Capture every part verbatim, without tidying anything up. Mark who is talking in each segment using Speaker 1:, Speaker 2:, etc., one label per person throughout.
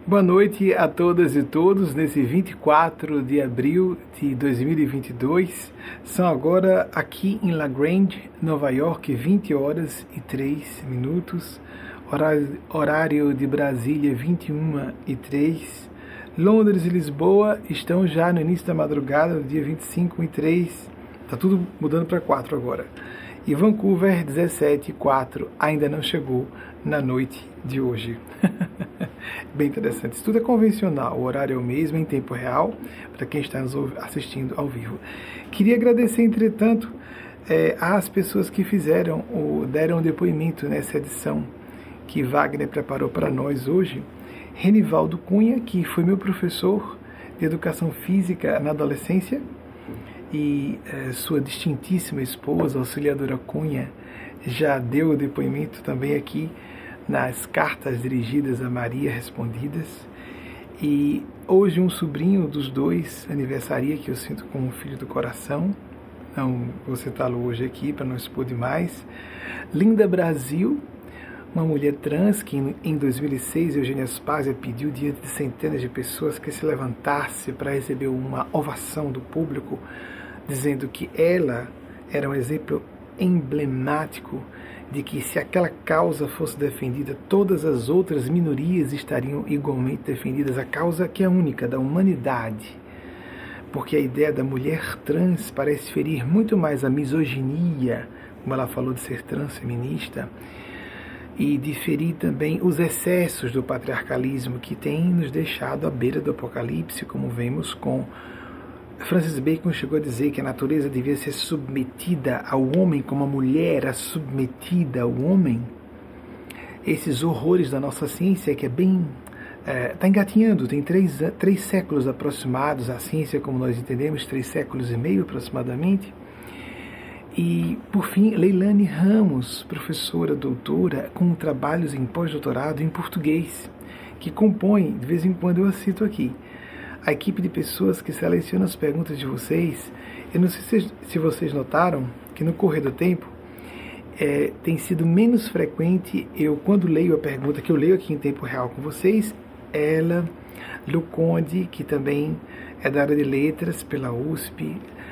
Speaker 1: Boa noite a todas e todos nesse vinte e quatro de abril de dois mil e vinte e dois. São agora aqui em La Grande, Nova York, vinte horas e três minutos. Horário, horário de Brasília, vinte e uma e três. Londres e Lisboa estão já no início da madrugada, do dia vinte e cinco e três. Está tudo mudando para quatro agora. E Vancouver, dezessete e quatro, ainda não chegou na noite de hoje. Bem interessante. Isso tudo é convencional, o horário é o mesmo, em tempo real, para quem está nos assistindo ao vivo. Queria agradecer, entretanto, é, às pessoas que fizeram ou deram depoimento nessa edição que Wagner preparou para nós hoje. Renivaldo Cunha, que foi meu professor de Educação Física na adolescência, e é, sua distintíssima esposa, Auxiliadora Cunha, já deu o depoimento também aqui nas cartas dirigidas a Maria respondidas. E hoje um sobrinho dos dois aniversaria, que eu sinto como um filho do coração. Não vou citá-lo hoje aqui para não expor demais. Linda Brasil, uma mulher trans que em dois mil e seis Eugênia Spazia pediu diante de centenas de pessoas que se levantasse para receber uma ovação do público, dizendo que ela era um exemplo emblemático de que se aquela causa fosse defendida, todas as outras minorias estariam igualmente defendidas, a causa que é única, da humanidade. Porque a ideia da mulher trans parece ferir muito mais a misoginia, como ela falou de ser transfeminista, e de ferir também os excessos do patriarcalismo que tem nos deixado à beira do apocalipse, como vemos com Francis Bacon. Chegou a dizer que a natureza devia ser submetida ao homem como a mulher era submetida ao homem. Esses horrores da nossa ciência, que é bem... está é, engatinhando, tem três, três séculos aproximados, a ciência como nós entendemos, três séculos e meio aproximadamente. E, por fim, Leilane Ramos, professora, doutora, com trabalhos em pós-doutorado em português, que compõe, de vez em quando eu a cito aqui, a equipe de pessoas que seleciona as perguntas de vocês. Eu não sei se, se vocês notaram que no correr do tempo é, tem sido menos frequente eu, quando leio a pergunta, que eu leio aqui em tempo real com vocês, ela, Lu Conde, que também é da área de letras pela U S P,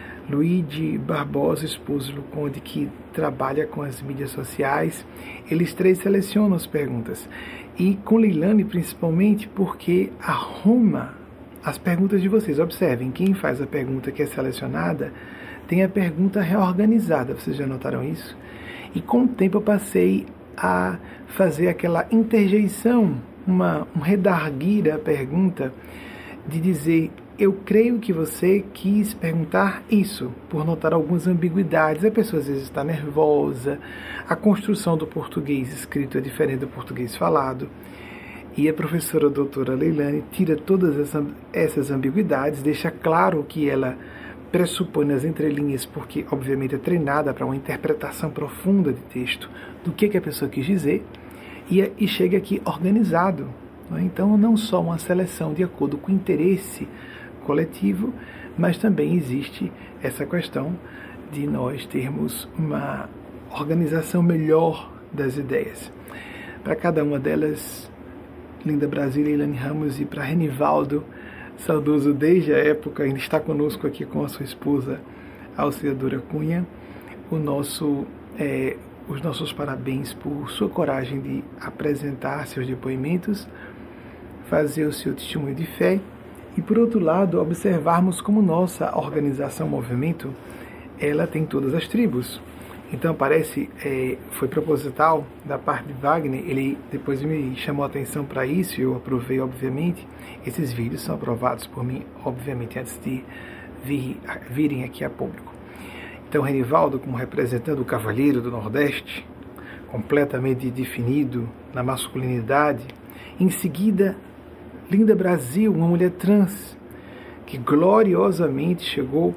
Speaker 1: Luigi Barbosa, esposo do Lu Conde, que trabalha com as mídias sociais. Eles três selecionam as perguntas. E com Leilane principalmente porque arruma as perguntas de vocês. Observem, quem faz a pergunta que é selecionada tem a pergunta reorganizada. Vocês já notaram isso? E com o tempo eu passei a fazer aquela interjeição, uma, um redarguir a pergunta, de dizer: eu creio que você quis perguntar isso, por notar algumas ambiguidades. A pessoa às vezes está nervosa, a construção do português escrito é diferente do português falado. E a professora doutora Leilane tira todas essa, essas ambiguidades, deixa claro que ela pressupõe nas entrelinhas, porque obviamente é treinada para uma interpretação profunda de texto do que, que a pessoa quis dizer, e, e chega aqui organizado. Não é? Então, não só uma seleção de acordo com o interesse coletivo, mas também existe essa questão de nós termos uma organização melhor das ideias. Para cada uma delas, Linda Brasil, Leilane Ramos, e para Renivaldo, saudoso desde a época, ainda está conosco aqui com a sua esposa, a Auxiliadora Cunha, o nosso, é, os nossos parabéns por sua coragem de apresentar seus depoimentos, fazer o seu testemunho de fé, e por outro lado, observarmos como nossa organização, movimento, ela tem todas as tribos. Então parece, é, foi proposital da parte de Wagner, ele depois me chamou a atenção para isso, e eu aprovei, obviamente. Esses vídeos são aprovados por mim, obviamente, antes de vir, virem aqui a público. Então Renivaldo, como representando o Cavaleiro do Nordeste, completamente definido na masculinidade. Em seguida, Linda Brasil, uma mulher trans, que gloriosamente chegou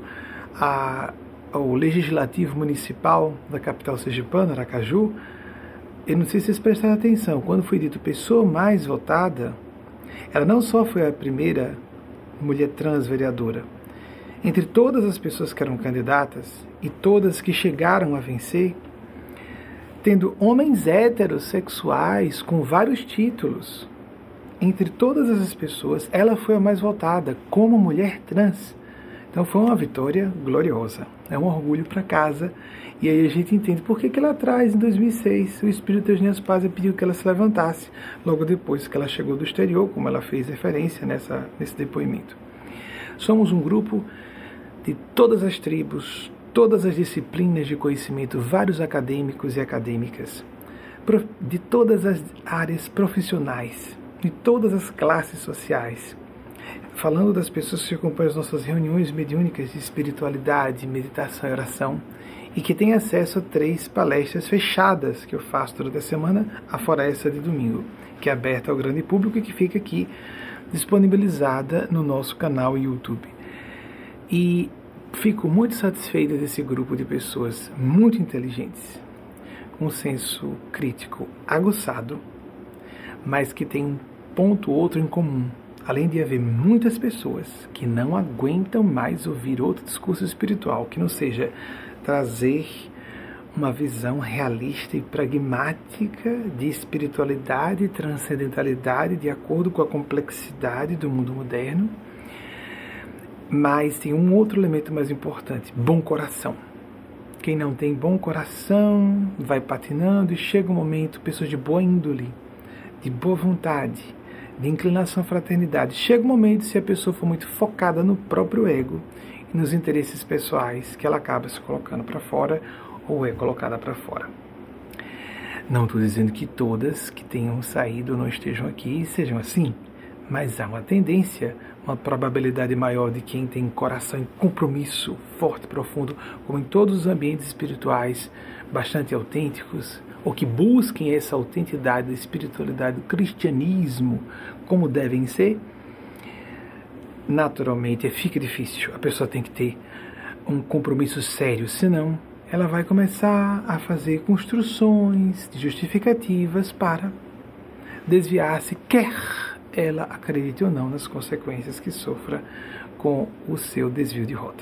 Speaker 1: a ao Legislativo Municipal da capital sergipana, Aracaju. Eu não sei se vocês prestaram atenção, quando foi dito pessoa mais votada, ela não só foi a primeira mulher trans vereadora. Entre todas as pessoas que eram candidatas e todas que chegaram a vencer, tendo homens heterossexuais com vários títulos, entre todas essas pessoas, ela foi a mais votada como mulher trans. Então foi uma vitória gloriosa, é um orgulho para casa. E aí a gente entende por que, que lá atrás, em dois mil e seis, o espírito Eugênia Spazia pediu que ela se levantasse, logo depois que ela chegou do exterior, como ela fez referência nessa, nesse depoimento. Somos um grupo de todas as tribos, todas as disciplinas de conhecimento, vários acadêmicos e acadêmicas, de todas as áreas profissionais, de todas as classes sociais, falando das pessoas que acompanham as nossas reuniões mediúnicas de espiritualidade, meditação e oração, e que têm acesso a três palestras fechadas que eu faço durante a semana, afora essa de domingo, que é aberta ao grande público e que fica aqui disponibilizada no nosso canal YouTube. E fico muito satisfeita desse grupo de pessoas muito inteligentes, com um senso crítico aguçado, mas que tem um ponto ou outro em comum. Além de haver muitas pessoas que não aguentam mais ouvir outro discurso espiritual, que não seja trazer uma visão realista e pragmática de espiritualidade e transcendentalidade de acordo com a complexidade do mundo moderno. Mas tem um outro elemento mais importante: bom coração. Quem não tem bom coração vai patinando e chega um momento, pessoas de boa índole, de boa vontade, de inclinação à fraternidade. Chega um momento, se a pessoa for muito focada no próprio ego e nos interesses pessoais, que ela acaba se colocando para fora ou é colocada para fora. Não estou dizendo que todas que tenham saído ou não estejam aqui sejam assim, mas há uma tendência, uma probabilidade maior de quem tem coração em compromisso forte, profundo, como em todos os ambientes espirituais bastante autênticos, ou que busquem essa autenticidade da espiritualidade do cristianismo como devem ser. Naturalmente fica difícil, a pessoa tem que ter um compromisso sério, senão ela vai começar a fazer construções de justificativas para desviar-se, quer ela acredite ou não nas consequências que sofra com o seu desvio de rota.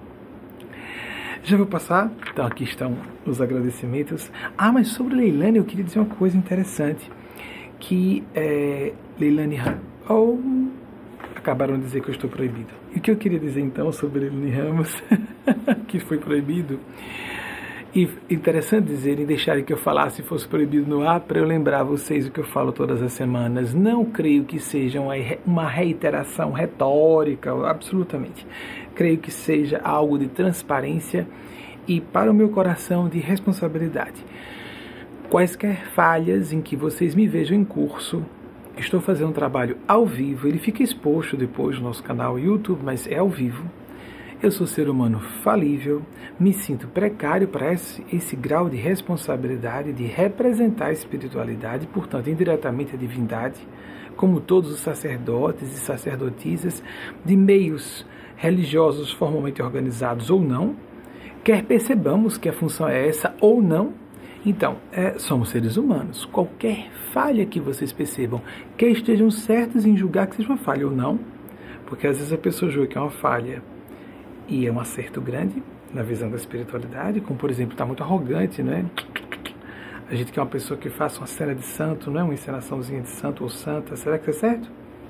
Speaker 1: Já vou passar, então aqui estão os agradecimentos. Ah, mas sobre Leilane eu queria dizer uma coisa interessante, que é, Leilane oh, acabaram de dizer que eu estou proibido. E o que eu queria dizer então sobre Leilane Ramos, que foi proibido, e interessante dizer e deixarem que eu falasse se fosse proibido no ar, para eu lembrar vocês o que eu falo todas as semanas. Não creio que seja uma reiteração retórica, absolutamente. Creio que seja algo de transparência e, para o meu coração, de responsabilidade. Quaisquer falhas em que vocês me vejam em curso, estou fazendo um trabalho ao vivo, ele fica exposto depois no nosso canal YouTube, mas é ao vivo. Eu sou ser humano falível, me sinto precário para esse, esse grau de responsabilidade de representar a espiritualidade, portanto, indiretamente a divindade, como todos os sacerdotes e sacerdotisas de meios religiosos formalmente organizados ou não, quer percebamos que a função é essa ou não. Então, é, somos seres humanos. Qualquer falha que vocês percebam, quer estejam certos em julgar que seja uma falha ou não, porque às vezes a pessoa julga que é uma falha e é um acerto grande na visão da espiritualidade, como por exemplo, está muito arrogante, né? A gente quer uma pessoa que faça uma cena de santo, não é uma encenaçãozinha de santo ou santa, será que é certo?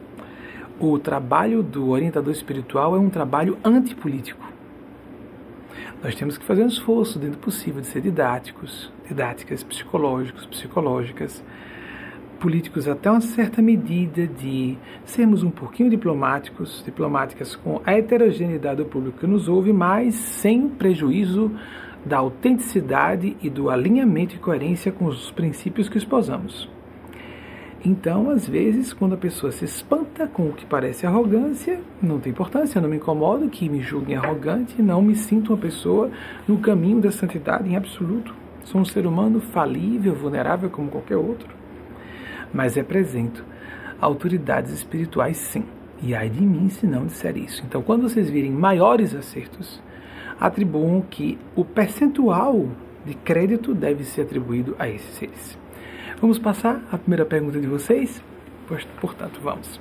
Speaker 1: O trabalho do orientador espiritual é um trabalho antipolítico. Nós temos que fazer um esforço dentro do possível de ser didáticos, didáticas, psicológicos, psicológicas, políticos até uma certa medida, de sermos um pouquinho diplomáticos, diplomáticas com a heterogeneidade do público que nos ouve, mas sem prejuízo da autenticidade e do alinhamento e coerência com os princípios que esposamos. Então, às vezes, quando a pessoa se espanta com o que parece arrogância, não tem importância, eu não me incomodo que me julguem arrogante, não me sinto uma pessoa no caminho da santidade em absoluto. Sou um ser humano falível, vulnerável como qualquer outro. Mas represento autoridades espirituais, sim. E ai de mim se não disser isso. Então, quando vocês virem maiores acertos, atribuam que o percentual de crédito deve ser atribuído a esses seres. Vamos passar a primeira pergunta de vocês? Portanto, vamos.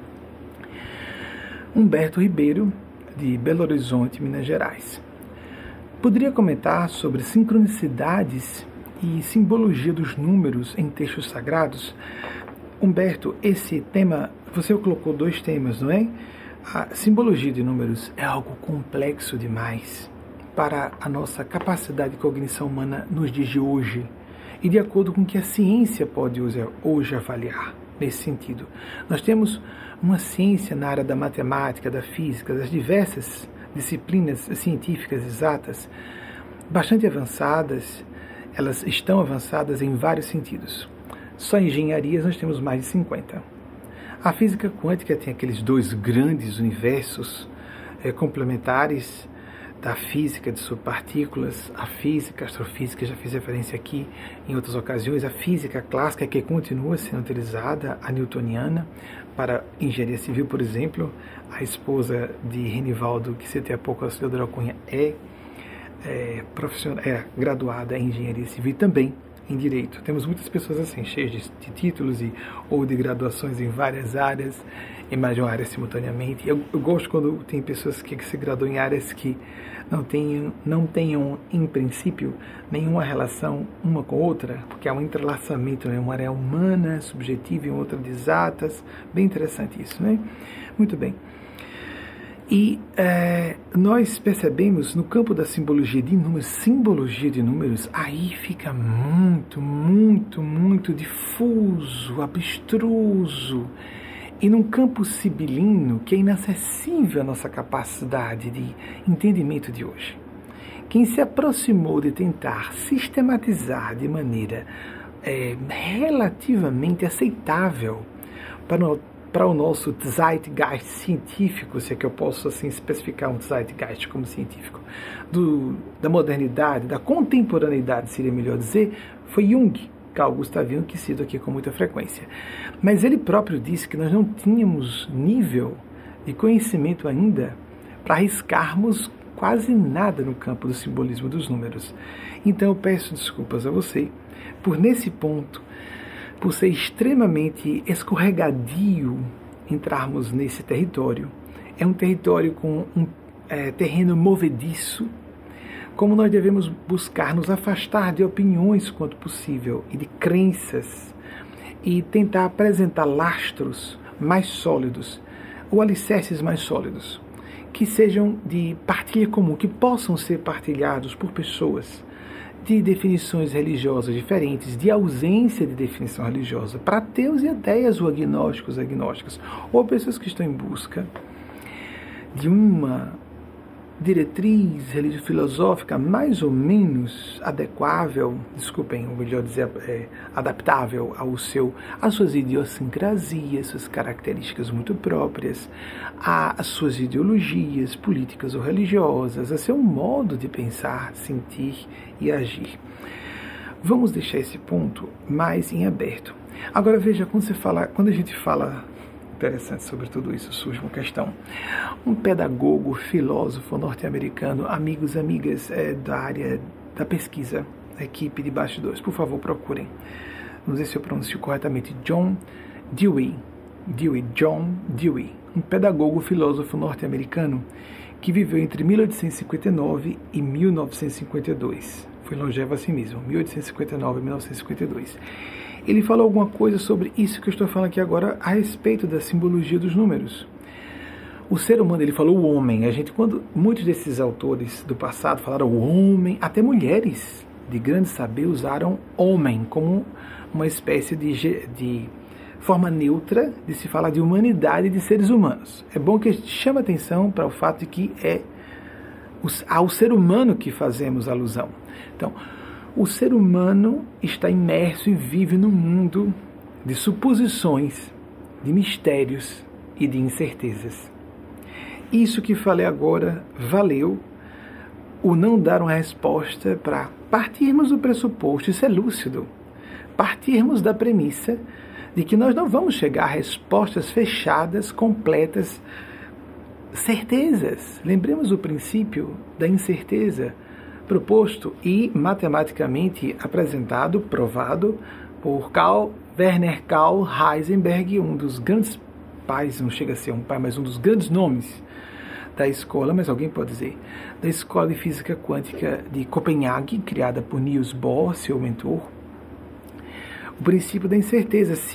Speaker 1: Humberto Ribeiro, de Belo Horizonte, Minas Gerais. Poderia comentar sobre sincronicidades e simbologia dos números em textos sagrados? Humberto, esse tema, você colocou dois temas, não é? A simbologia de números é algo complexo demais para a nossa capacidade de cognição humana nos dias de hoje e de acordo com o que a ciência pode hoje avaliar nesse sentido. Nós temos uma ciência na área da matemática, da física, das diversas disciplinas científicas exatas, bastante avançadas, elas estão avançadas em vários sentidos. Só em engenharias nós temos mais de cinquenta. A física quântica tem aqueles dois grandes universos é, complementares da física de subpartículas, a física, a astrofísica, já fiz referência aqui em outras ocasiões, a física clássica que continua sendo utilizada, a newtoniana, para engenharia civil, por exemplo. A esposa de Renivaldo, que citei há pouco, a Theodora Cunha, é, é, profissional, é graduada em engenharia civil e também em direito. Temos muitas pessoas assim, cheias de, de títulos e, ou de graduações em várias áreas, em mais de uma área simultaneamente. Eu, eu gosto quando tem pessoas que, que se graduam em áreas que não tenham, não tenham, em princípio, nenhuma relação uma com outra, porque há um entrelaçamento, né? Uma área humana, subjetiva e outra de exatas. Bem interessante isso, né? Muito bem. E é, nós percebemos no campo da simbologia de números, simbologia de números, aí fica muito, muito, muito difuso, abstruso, e num campo sibilino que é inacessível à nossa capacidade de entendimento de hoje. Quem se aproximou de tentar sistematizar de maneira é, relativamente aceitável para o para o nosso zeitgeist científico, se é que eu posso assim especificar um zeitgeist como científico, do, da modernidade, da contemporaneidade, seria melhor dizer, foi Jung, Carl Gustav Jung, que cito aqui com muita frequência. Mas ele próprio disse que nós não tínhamos nível de conhecimento ainda para arriscarmos quase nada no campo do simbolismo dos números. Então eu peço desculpas a você por, nesse ponto, por ser extremamente escorregadio entrarmos nesse território. É um território com um é, terreno movediço, como nós devemos buscar nos afastar de opiniões quanto possível e de crenças e tentar apresentar lastros mais sólidos ou alicerces mais sólidos, que sejam de partilha comum, que possam ser partilhados por pessoas de definições religiosas diferentes, de ausência de definição religiosa, para ateus e ateias ou agnósticos, agnósticas, ou pessoas que estão em busca de uma diretriz religio-filosófica mais ou menos adequável, desculpem, ou melhor dizer, é, adaptável ao seu, às suas idiosincrasias, suas características muito próprias, às suas ideologias políticas ou religiosas, a seu modo de pensar, sentir e agir. Vamos deixar esse ponto mais em aberto. Agora veja, quando, você fala, quando a gente fala interessante sobre tudo isso, surge uma questão. Um pedagogo, filósofo norte-americano, amigos, amigas é, da área da pesquisa, da equipe de bastidores, por favor, procurem. Não sei se eu pronuncio corretamente. John Dewey, Dewey, John Dewey, um pedagogo, filósofo norte-americano que viveu entre mil oitocentos e cinquenta e nove e mil novecentos e cinquenta e dois. Foi longevo assim mesmo, mil oitocentos e cinquenta e nove e mil novecentos e cinquenta e dois. Ele falou alguma coisa sobre isso que eu estou falando aqui agora a respeito da simbologia dos números. O ser humano, ele falou o homem. A gente, quando muitos desses autores do passado falaram o homem, até mulheres de grande saber usaram homem como uma espécie de, de forma neutra de se falar de humanidade de seres humanos. É bom que a gente chame atenção para o fato de que é ao ser humano que fazemos alusão. Então, o ser humano está imerso e vive num mundo de suposições, de mistérios e de incertezas. Isso que falei agora valeu o não dar uma resposta para partirmos do pressuposto, isso é lúcido, partirmos da premissa de que nós não vamos chegar a respostas fechadas, completas, certezas. Lembremos o princípio da incerteza, proposto e matematicamente apresentado, provado por Carl, Werner Karl Heisenberg, um dos grandes pais, não chega a ser um pai, mas um dos grandes nomes da escola, mas alguém pode dizer, da Escola de Física Quântica de Copenhague, criada por Niels Bohr, seu mentor. O princípio da incerteza. Se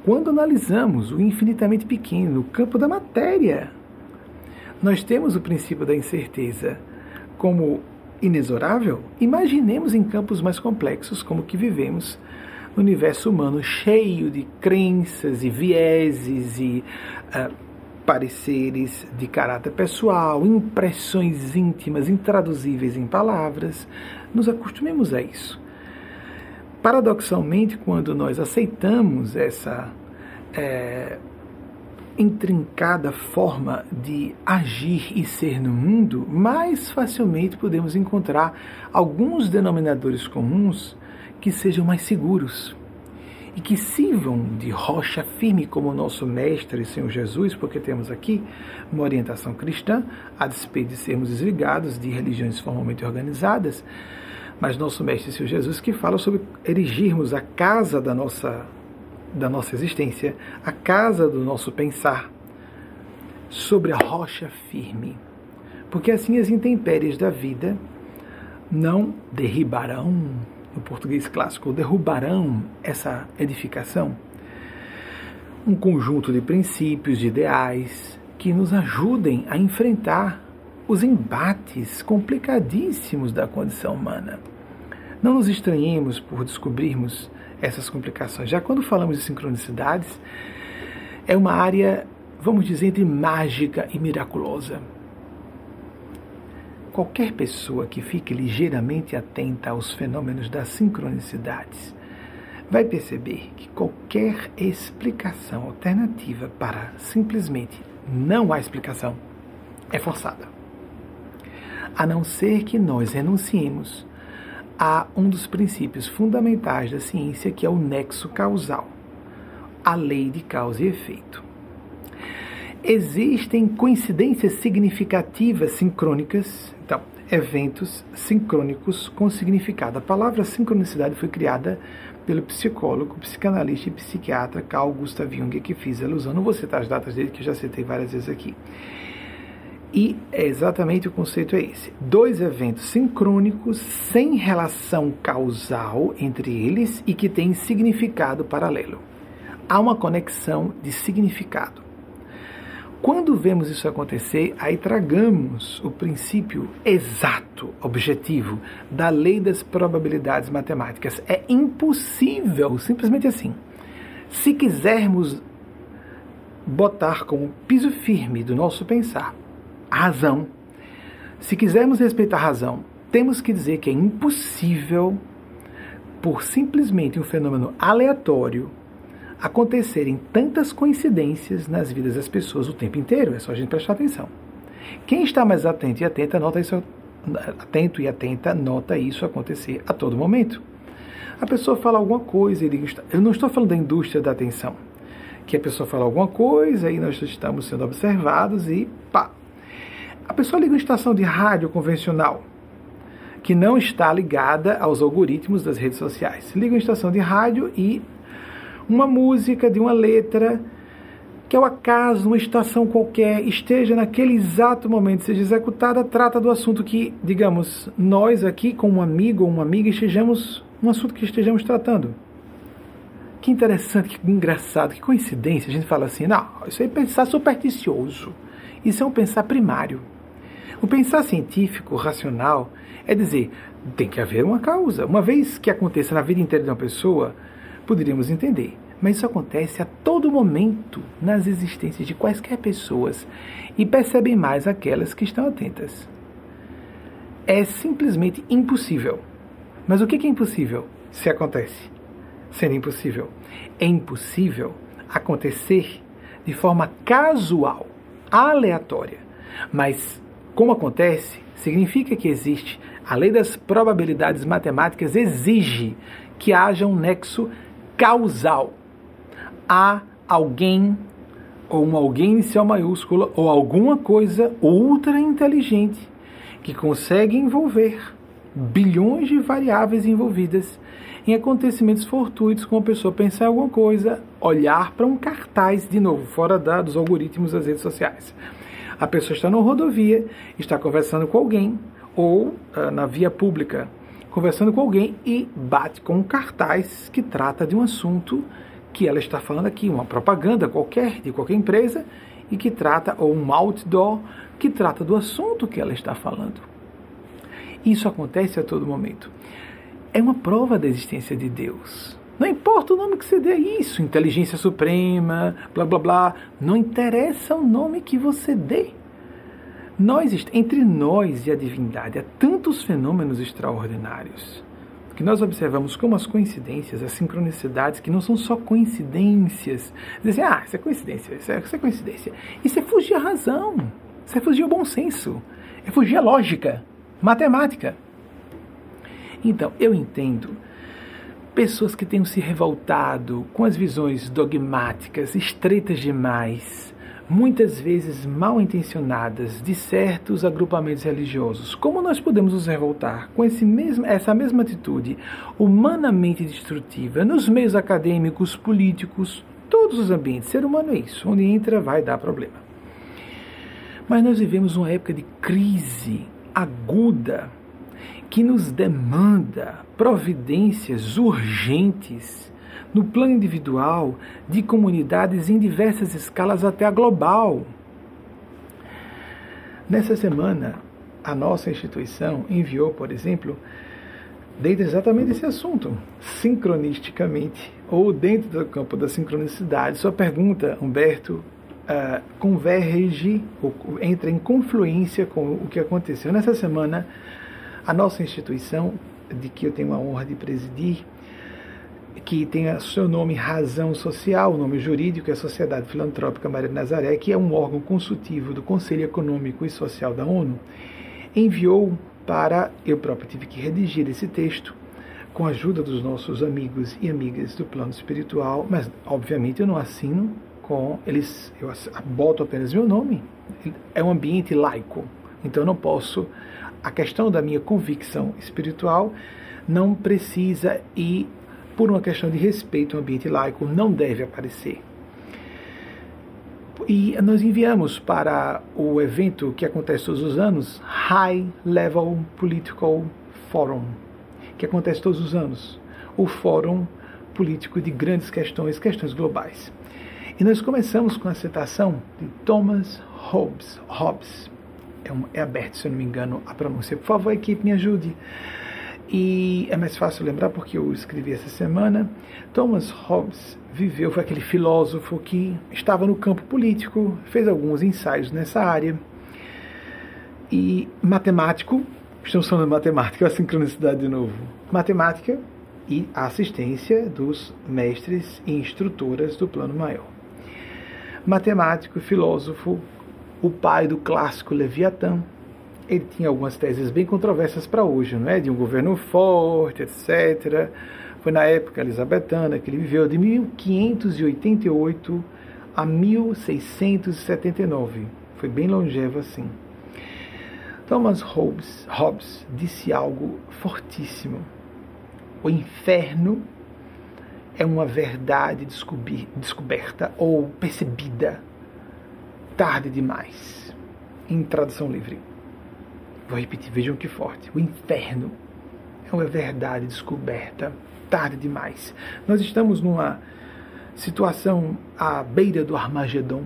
Speaker 1: quando analisamos o infinitamente pequeno no campo da matéria, nós temos o princípio da incerteza como inexorável. Imaginemos em campos mais complexos como o que vivemos no universo humano, cheio de crenças e vieses e uh, pareceres de caráter pessoal, impressões íntimas, intraduzíveis em palavras. Nos acostumemos a isso. Paradoxalmente, quando nós aceitamos essa é, intrincada forma de agir e ser no mundo, mais facilmente podemos encontrar alguns denominadores comuns que sejam mais seguros e que sirvam de rocha firme como o nosso Mestre, Senhor Jesus, porque temos aqui uma orientação cristã, a despeito de sermos desligados de religiões formalmente organizadas, mas nosso Mestre, Senhor Jesus, que fala sobre erigirmos a casa da nossa, da nossa existência, a casa do nosso pensar, sobre a rocha firme, porque assim as intempéries da vida não derribarão, no português clássico, derrubarão essa edificação. Um conjunto de princípios, de ideais, que nos ajudem a enfrentar os embates complicadíssimos da condição humana. Não nos estranhemos por descobrirmos essas complicações. Já quando falamos de sincronicidades, é uma área, vamos dizer, entre mágica e miraculosa. Qualquer pessoa que fique ligeiramente atenta aos fenômenos das sincronicidades vai perceber que qualquer explicação alternativa para simplesmente não há explicação é forçada. A não ser que nós renunciemos a um dos princípios fundamentais da ciência, que é o nexo causal, a lei de causa e efeito. Existem coincidências significativas sincrônicas, então, eventos sincrônicos com significado. A palavra sincronicidade foi criada pelo psicólogo, psicanalista e psiquiatra Carl Gustav Jung, que fiz alusão. Não vou citar as datas dele, que eu já citei várias vezes aqui. E é exatamente o conceito é esse. Dois eventos sincrônicos sem relação causal entre eles e que têm significado paralelo. Há uma conexão de significado. Quando vemos isso acontecer, aí tragamos o princípio exato, objetivo, da lei das probabilidades matemáticas. É impossível, simplesmente assim. Se quisermos botar como piso firme do nosso pensar a razão, se quisermos respeitar a razão, temos que dizer que é impossível, por simplesmente um fenômeno aleatório, acontecerem tantas coincidências nas vidas das pessoas o tempo inteiro. É só a gente prestar atenção. Quem está mais atento e atenta, nota isso, atento e atenta, nota isso acontecer a todo momento. A pessoa fala alguma coisa, eu não estou falando da indústria da atenção, que a pessoa fala alguma coisa e nós estamos sendo observados e pá. A pessoa liga uma estação de rádio convencional, que não está ligada aos algoritmos das redes sociais. Liga uma estação de rádio e uma música de uma letra que ao acaso, numa estação qualquer, esteja naquele exato momento, seja executada, trata do assunto que, digamos, nós aqui, com um amigo ou uma amiga, estejamos, um assunto que estejamos tratando. Que interessante, que engraçado, que coincidência. A gente fala assim, não, isso aí é pensar supersticioso. Isso é um pensar primário. O pensar científico, racional, é dizer, tem que haver uma causa. Uma vez que aconteça na vida inteira de uma pessoa, poderíamos entender. Mas isso acontece a todo momento nas existências de quaisquer pessoas e percebem mais aquelas que estão atentas. É simplesmente impossível. Mas o que é impossível se acontece? Sendo impossível. É impossível acontecer de forma casual, aleatória. Mas, como acontece, significa que existe. A lei das probabilidades matemáticas exige que haja um nexo causal. Há alguém, ou um alguém inicial maiúscula, ou alguma coisa ultra inteligente que consegue envolver bilhões de variáveis envolvidas em acontecimentos fortuitos, como a pessoa pensar em alguma coisa, olhar para um cartaz, de novo, fora da, dos algoritmos das redes sociais. A pessoa está numa rodovia, está conversando com alguém, ou uh, na via pública, conversando com alguém e bate com um cartaz que trata de um assunto que ela está falando aqui, uma propaganda qualquer, de qualquer empresa, e que trata, ou um outdoor, que trata do assunto que ela está falando. Isso acontece a todo momento. É uma prova da existência de Deus. Não importa o nome que você dê a isso, inteligência suprema, blá blá blá, não interessa o nome que você dê. Nós, entre nós e a divindade, há tantos fenômenos extraordinários que nós observamos como as coincidências, as sincronicidades, que não são só coincidências. Dizem, ah, isso é coincidência, isso é, isso é coincidência. Isso é fugir à razão, isso é fugir ao bom senso, é fugir à lógica, matemática. Então, eu entendo pessoas que tenham se revoltado com as visões dogmáticas, estreitas demais, muitas vezes mal intencionadas, de certos agrupamentos religiosos. Como nós podemos nos revoltar com esse mesmo, essa mesma atitude humanamente destrutiva nos meios acadêmicos, políticos, todos os ambientes? Ser humano é isso, onde entra vai dar problema. Mas nós vivemos uma época de crise aguda que nos demanda providências urgentes no plano individual, de comunidades em diversas escalas até a global. Nessa semana, a nossa instituição enviou, por exemplo, dentro exatamente desse assunto, sincronisticamente, ou dentro do campo da sincronicidade, sua pergunta, Humberto, uh, converge, ou entra em confluência com o que aconteceu. Nessa semana, a nossa instituição, de que eu tenho a honra de presidir, que tem o seu nome Razão Social, o nome jurídico é a Sociedade Filantrópica Maria de Nazaré, que é um órgão consultivo do Conselho Econômico e Social da ONU, enviou para, eu próprio tive que redigir esse texto, com a ajuda dos nossos amigos e amigas do plano espiritual, mas obviamente eu não assino com eles, eu boto apenas meu nome, é um ambiente laico, então eu não posso, a questão da minha convicção espiritual não precisa e por uma questão de respeito ao ambiente laico, não deve aparecer. E nós enviamos para o evento que acontece todos os anos, High Level Political Forum, que acontece todos os anos, o Fórum Político de Grandes Questões, Questões Globais. E nós começamos com a citação de Thomas Hobbes. Hobbes, é, um, é aberto, se eu não me engano, a pronúncia. Por favor, equipe, me ajude. E é mais fácil lembrar porque eu escrevi essa semana. Thomas Hobbes viveu, foi aquele filósofo que estava no campo político, fez alguns ensaios nessa área. E matemático, estamos falando de matemática, a sincronicidade de novo. Matemática e a assistência dos mestres e instrutoras do plano maior. Matemático, filósofo, o pai do clássico Leviatã. Ele tinha algumas teses bem controversas para hoje, não é? De um governo forte, etcétera. Foi na época elizabetana que ele viveu de mil quinhentos e oitenta e oito a mil seiscentos e setenta e nove. Foi bem longevo assim. Thomas Hobbes, Hobbes disse algo fortíssimo. O inferno é uma verdade descobri- descoberta ou percebida tarde demais. Em tradução livre. Vou repetir, vejam que forte. O inferno é uma verdade descoberta tarde demais. Nós estamos numa situação à beira do Armagedon,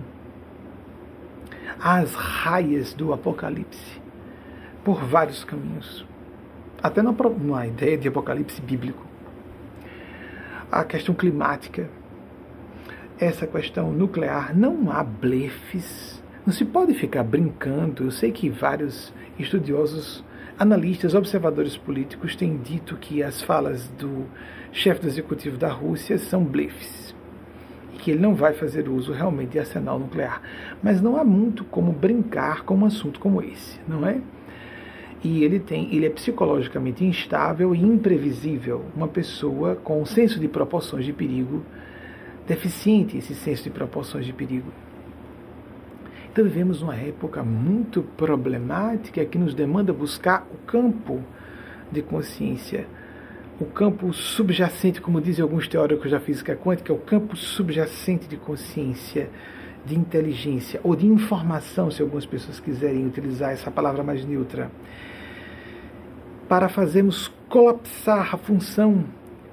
Speaker 1: às raias do Apocalipse, por vários caminhos. Até numa ideia de Apocalipse bíblico. A questão climática, essa questão nuclear, não há blefes. Não se pode ficar brincando. Eu sei que vários estudiosos, analistas, observadores políticos têm dito que as falas do chefe do executivo da Rússia são blefes e que ele não vai fazer uso realmente de arsenal nuclear. Mas não há muito como brincar com um assunto como esse, não é? E ele, tem, ele é psicologicamente instável e imprevisível. Uma pessoa com um senso de proporções de perigo, deficiente esse senso de proporções de perigo. Então vivemos uma época muito problemática que nos demanda buscar o campo de consciência, o campo subjacente, como dizem alguns teóricos da física quântica, o campo subjacente de consciência, de inteligência ou de informação, se algumas pessoas quiserem utilizar essa palavra mais neutra, para fazermos colapsar a função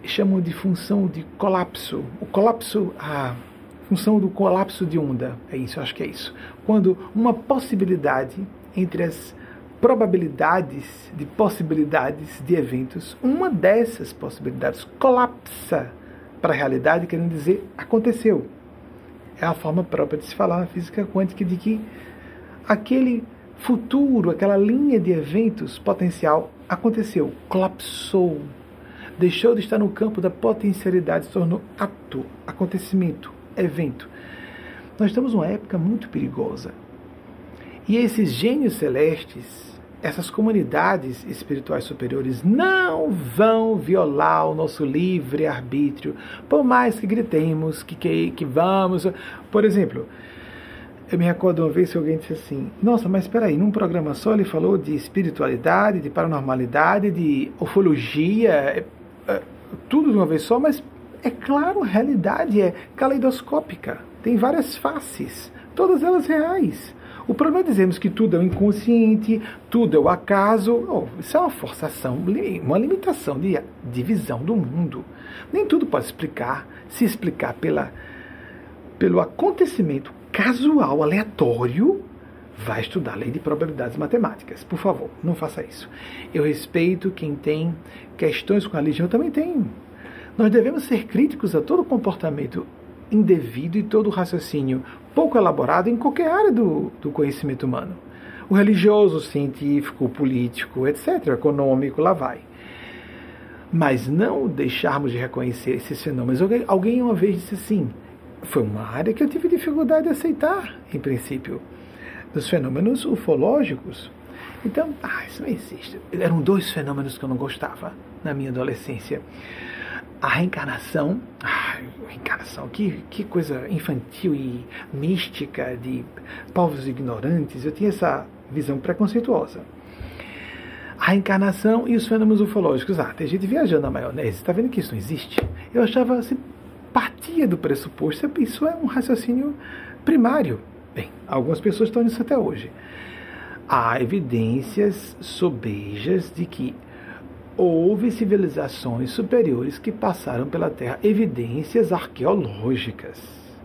Speaker 1: chamam de função de colapso. O colapso, a função do colapso de onda, é isso, acho que é isso. Quando uma possibilidade entre as probabilidades de possibilidades de eventos, uma dessas possibilidades colapsa para a realidade, querendo dizer, aconteceu. É a forma própria de se falar na física quântica de que aquele futuro, aquela linha de eventos potencial aconteceu, colapsou, deixou de estar no campo da potencialidade, se tornou ato, acontecimento, evento. Nós estamos numa época muito perigosa. E esses gênios celestes, essas comunidades espirituais superiores não vão violar o nosso livre-arbítrio, por mais que gritemos, que, que, que vamos... Por exemplo, eu me recordo uma vez que alguém disse assim, nossa, mas espera aí, num programa só ele falou de espiritualidade, de paranormalidade, de ufologia, é, é, tudo de uma vez só, mas é claro, a realidade é caleidoscópica, tem várias faces, todas elas reais. O problema é dizermos que tudo é o inconsciente, tudo é o acaso. Oh, isso é uma forçação, uma limitação de, de visão do mundo. Nem tudo pode explicar, se explicar pela, pelo acontecimento casual, aleatório. Vai estudar a lei de probabilidades matemáticas. Por favor, não faça isso. Eu respeito quem tem questões com a religião, eu também tenho. Nós devemos ser críticos a todo comportamento indevido e todo raciocínio pouco elaborado em qualquer área do, do conhecimento humano. O religioso, o científico, o político, etcétera, econômico, lá vai. Mas não deixarmos de reconhecer esses fenômenos. Alguém, alguém uma vez disse assim, foi uma área que eu tive dificuldade de aceitar, em princípio, dos fenômenos ufológicos. Então, ah, isso não existe. Eram dois fenômenos que eu não gostava na minha adolescência. A reencarnação, ah, reencarnação, que, que coisa infantil e mística de povos ignorantes. Eu tinha essa visão preconceituosa. A reencarnação e os fenômenos ufológicos. Ah, tem gente viajando na maionese, está vendo que isso não existe? Eu achava, assim, partia do pressuposto, isso é um raciocínio primário. Bem, algumas pessoas estão nisso até hoje. Há evidências sobejas de que houve civilizações superiores que passaram pela Terra, evidências arqueológicas.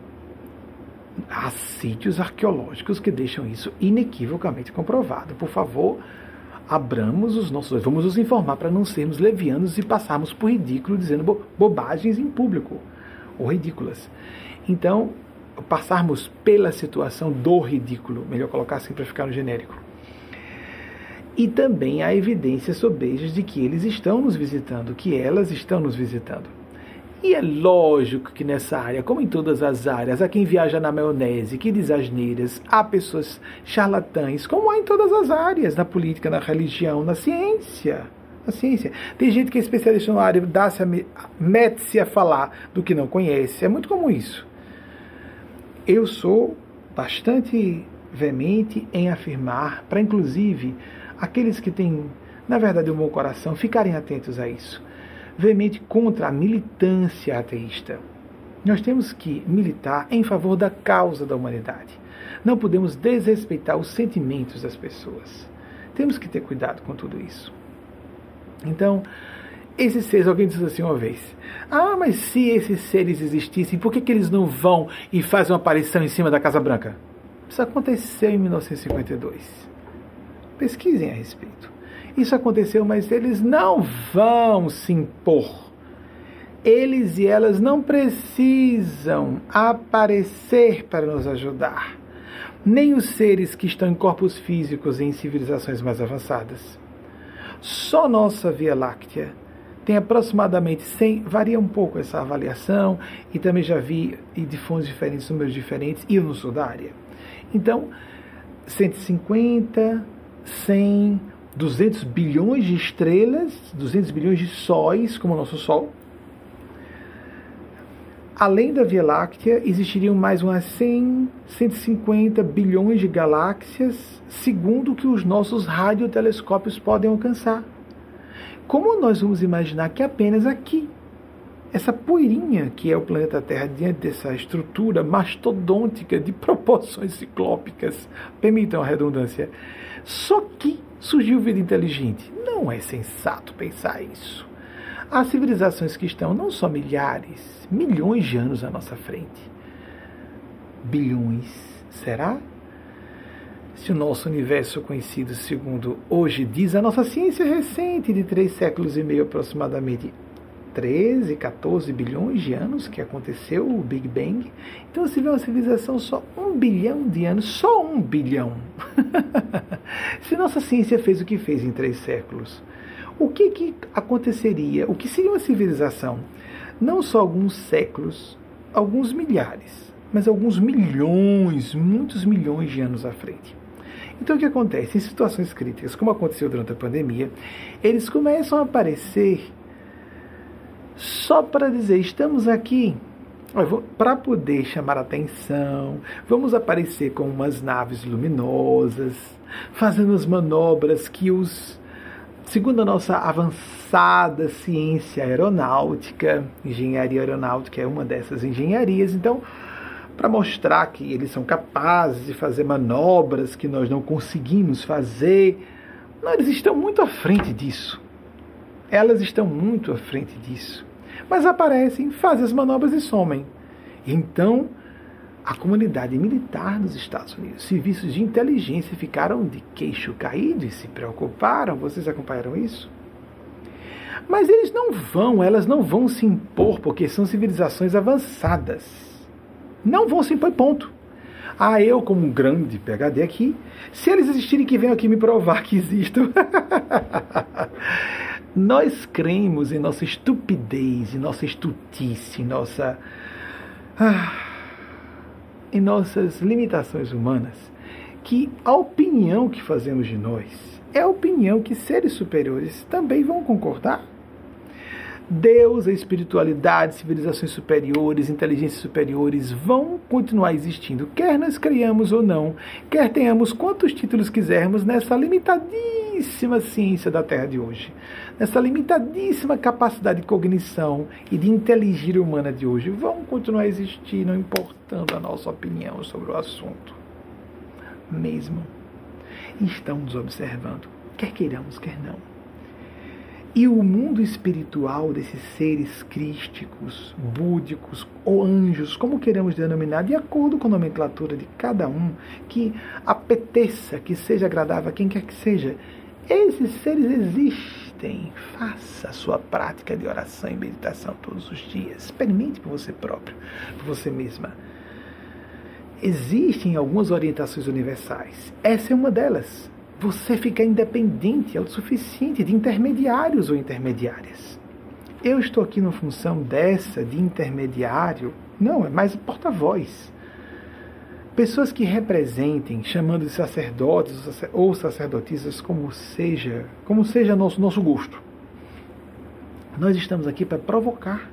Speaker 1: Há sítios arqueológicos que deixam isso inequivocamente comprovado. Por favor, abramos os nossos olhos, vamos nos informar para não sermos levianos e passarmos por ridículo dizendo bo- bobagens em público, ou ridículas. Então, passarmos pela situação do ridículo, melhor colocar assim para ficar no genérico. E também há evidências sobejas de que eles estão nos visitando, que elas estão nos visitando. E é lógico que nessa área, como em todas as áreas, há quem viaja na maionese, que diz asneiras, há pessoas charlatães, como há em todas as áreas, na política, na religião, na ciência. Na ciência. Tem gente que é especialista na área, dá-se a, mete-se a falar do que não conhece. É muito comum isso. Eu sou bastante veemente em afirmar, para inclusive aqueles que têm, na verdade, um bom coração, ficarem atentos a isso. Veemente contra a militância ateísta. Nós temos que militar em favor da causa da humanidade. Não podemos desrespeitar os sentimentos das pessoas. Temos que ter cuidado com tudo isso. Então, esses seres, alguém disse assim uma vez, ah, mas se esses seres existissem, por que, que eles não vão e fazem uma aparição em cima da Casa Branca? Isso aconteceu em mil novecentos e cinquenta e dois. Pesquisem a respeito. Isso aconteceu, mas eles não vão se impor. Eles e elas não precisam aparecer para nos ajudar. Nem os seres que estão em corpos físicos em civilizações mais avançadas. Só nossa Via Láctea tem aproximadamente cem, varia um pouco essa avaliação, e também já vi de fontes diferentes, números diferentes, e eu não sou da área. Então, cento e cinquenta, cem, duzentos bilhões de estrelas, duzentos bilhões de sóis, como o nosso Sol. Além da Via Láctea, existiriam mais umas cem, cento e cinquenta bilhões de galáxias, segundo o que os nossos radiotelescópios podem alcançar. Como nós vamos imaginar que apenas aqui, essa poeirinha que é o planeta Terra, diante dessa estrutura mastodôntica de proporções ciclópicas, permitam a redundância, só que surgiu vida inteligente? Não é sensato pensar isso. Há civilizações que estão não só milhares, milhões de anos à nossa frente. Bilhões, será? Se o nosso universo conhecido, segundo hoje diz a nossa ciência recente, de três séculos e meio aproximadamente, treze, quatorze bilhões de anos que aconteceu o Big Bang, então se vê uma civilização só um bilhão de anos, só um bilhão. Se nossa ciência fez o que fez em três séculos, o que, que aconteceria? O que seria uma civilização? Não só alguns séculos, alguns milhares, mas alguns milhões, muitos milhões de anos à frente. Então o que acontece? Em situações críticas, como aconteceu durante a pandemia, eles começam a aparecer só para dizer, estamos aqui para poder chamar a atenção, vamos aparecer com umas naves luminosas, fazendo as manobras que os, segundo a nossa avançada ciência aeronáutica, engenharia aeronáutica é uma dessas engenharias, então, para mostrar que eles são capazes de fazer manobras que nós não conseguimos fazer, não, eles estão muito à frente disso. Elas estão muito à frente disso. Mas aparecem, fazem as manobras e somem. Então, a comunidade militar dos Estados Unidos, serviços de inteligência ficaram de queixo caído e se preocuparam. Vocês acompanharam isso? Mas eles não vão, elas não vão se impor, porque são civilizações avançadas. Não vão se impor, ponto. Ah, eu como um grande P H D aqui, se eles existirem que venham aqui me provar que existam. Nós cremos em nossa estupidez, em nossa estutice, em, nossa, ah, em nossas limitações humanas, que a opinião que fazemos de nós é a opinião que seres superiores também vão concordar. Deus, a espiritualidade, civilizações superiores, inteligências superiores vão continuar existindo, quer nós criamos ou não, quer tenhamos quantos títulos quisermos nessa limitadíssima ciência da Terra de hoje, nessa limitadíssima capacidade de cognição e de inteligir humana de hoje, vão continuar a existir, não importando a nossa opinião sobre o assunto. Mesmo estão nos observando, quer queiramos, quer não. E o mundo espiritual desses seres crísticos, búdicos ou anjos, como queremos denominar, de acordo com a nomenclatura de cada um, que apeteça, que seja agradável a quem quer que seja, esses seres existem. Faça a sua prática de oração e meditação todos os dias. Experimente por você próprio, por você mesma. Existem algumas orientações universais. Essa é uma delas. Você fica independente, autossuficiente de intermediários ou intermediárias. Eu estou aqui na função dessa, de intermediário, não, é mais porta-voz. Pessoas que representem, chamando de sacerdotes ou sacerdotisas, como seja, como seja nosso, nosso gosto. Nós estamos aqui para provocar.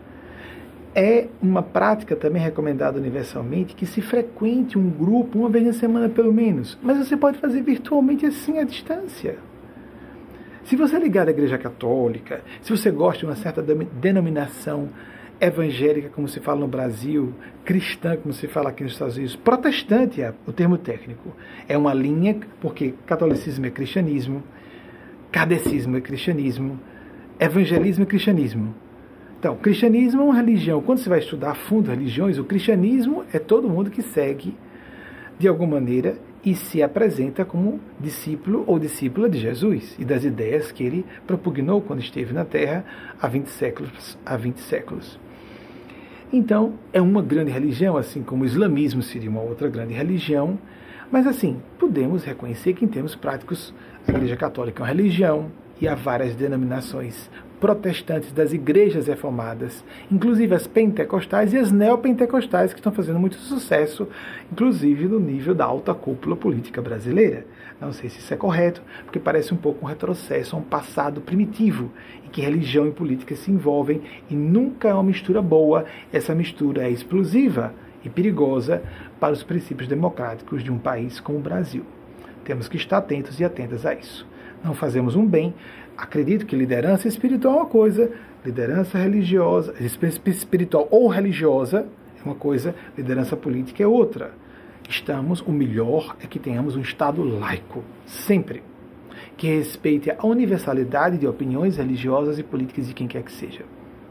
Speaker 1: É uma prática também recomendada universalmente que se frequente um grupo uma vez na semana pelo menos. Mas você pode fazer virtualmente assim à distância. Se você é ligado à Igreja Católica, se você gosta de uma certa denominação evangélica, como se fala no Brasil, cristã, como se fala aqui nos Estados Unidos, protestante é o termo técnico. É uma linha, porque catolicismo é cristianismo, kardecismo é cristianismo, evangelismo é cristianismo. Então, o cristianismo é uma religião. Quando você vai estudar a fundo religiões, o cristianismo é todo mundo que segue, de alguma maneira, e se apresenta como discípulo ou discípula de Jesus e das ideias que ele propugnou quando esteve na Terra há vinte séculos. Há vinte séculos. Então, é uma grande religião, assim como o islamismo seria uma outra grande religião. Mas, assim, podemos reconhecer que, em termos práticos, a Igreja Católica é uma religião e há várias denominações protestantes das igrejas reformadas, inclusive as pentecostais e as neopentecostais, que estão fazendo muito sucesso, inclusive no nível da alta cúpula política brasileira. Não sei se isso é correto, porque parece um pouco um retrocesso a um passado primitivo, em que religião e política se envolvem e nunca é uma mistura boa. Essa mistura é explosiva e perigosa para os princípios democráticos de um país como o Brasil. Temos que estar atentos e atentas a isso. Não fazemos um bem. Acredito que liderança espiritual é uma coisa, liderança religiosa, espiritual ou religiosa é uma coisa, liderança política é outra. Estamos, o melhor é que tenhamos um Estado laico, sempre. que respeite a universalidade de opiniões religiosas e políticas de quem quer que seja.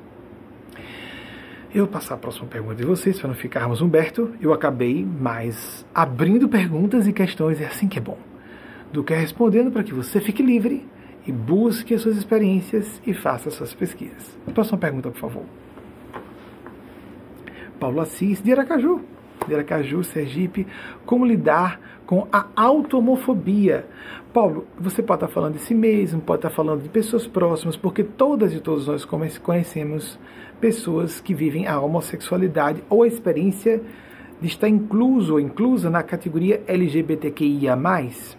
Speaker 1: Eu vou passar a próxima pergunta de vocês, para não ficarmos Humberto. Eu acabei mais abrindo perguntas e questões, é assim que é bom, do que respondendo, para que você fique livre e busque as suas experiências e faça as suas pesquisas. Próxima pergunta, por favor. Paulo Assis, de Aracaju. De Aracaju, Sergipe. Como lidar com a automofobia? Paulo, você pode estar falando de si mesmo, pode estar falando de pessoas próximas, porque todas e todos nós conhecemos pessoas que vivem a homossexualidade ou a experiência de estar incluso ou inclusa na categoria L G B T Q I A mais.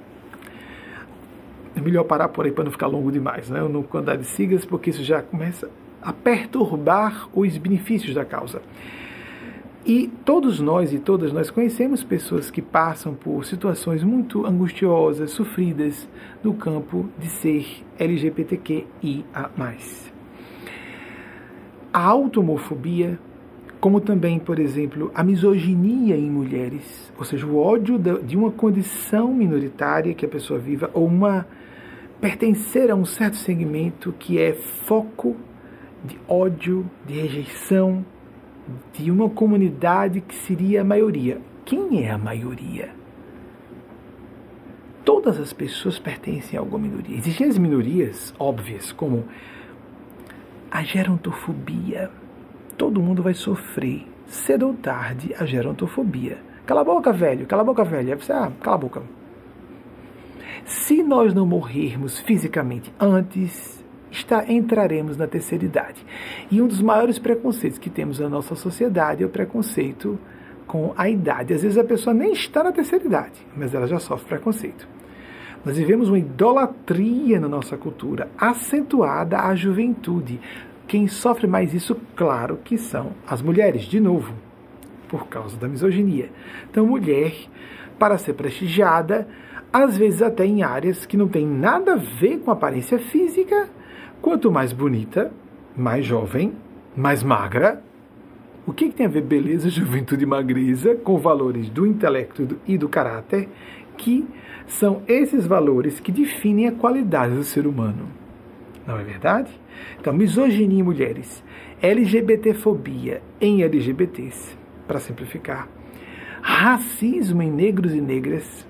Speaker 1: É melhor parar por aí para não ficar longo demais, né? Eu não vou andar de siglas, porque isso já começa a perturbar os benefícios da causa. E todos nós e todas nós conhecemos pessoas que passam por situações muito angustiosas, sofridas, no campo de ser L G B T Q I A mais. A automofobia, como também, por exemplo, a misoginia em mulheres, ou seja, o ódio de uma condição minoritária que a pessoa viva, ou uma pertencer a um certo segmento que é foco de ódio, de rejeição, de uma comunidade que seria a maioria. Quem é a maioria? Todas as pessoas pertencem a alguma minoria. Existem as minorias óbvias, como a gerontofobia. Todo mundo vai sofrer, cedo ou tarde, a gerontofobia. Cala a boca, velho, cala a boca, velha. Você, ah, cala a boca. Se nós não morrermos fisicamente antes, está, entraremos na terceira idade. E um dos maiores preconceitos que temos na nossa sociedade é o preconceito com a idade. Às vezes a pessoa nem está na terceira idade, mas ela já sofre preconceito. Nós vivemos uma idolatria na nossa cultura, acentuada à juventude. Quem sofre mais isso, claro, que são as mulheres, de novo, por causa da misoginia. Então, mulher, para ser prestigiada, às vezes até em áreas que não tem nada a ver com a aparência física, quanto mais bonita, mais jovem, mais magra. O que, que tem a ver beleza, juventude e magreza com valores do intelecto e do caráter, que são esses valores que definem a qualidade do ser humano? Não é verdade? Então, misoginia em mulheres, LGBTfobia em L G B Ts, para simplificar, racismo em negros e negras,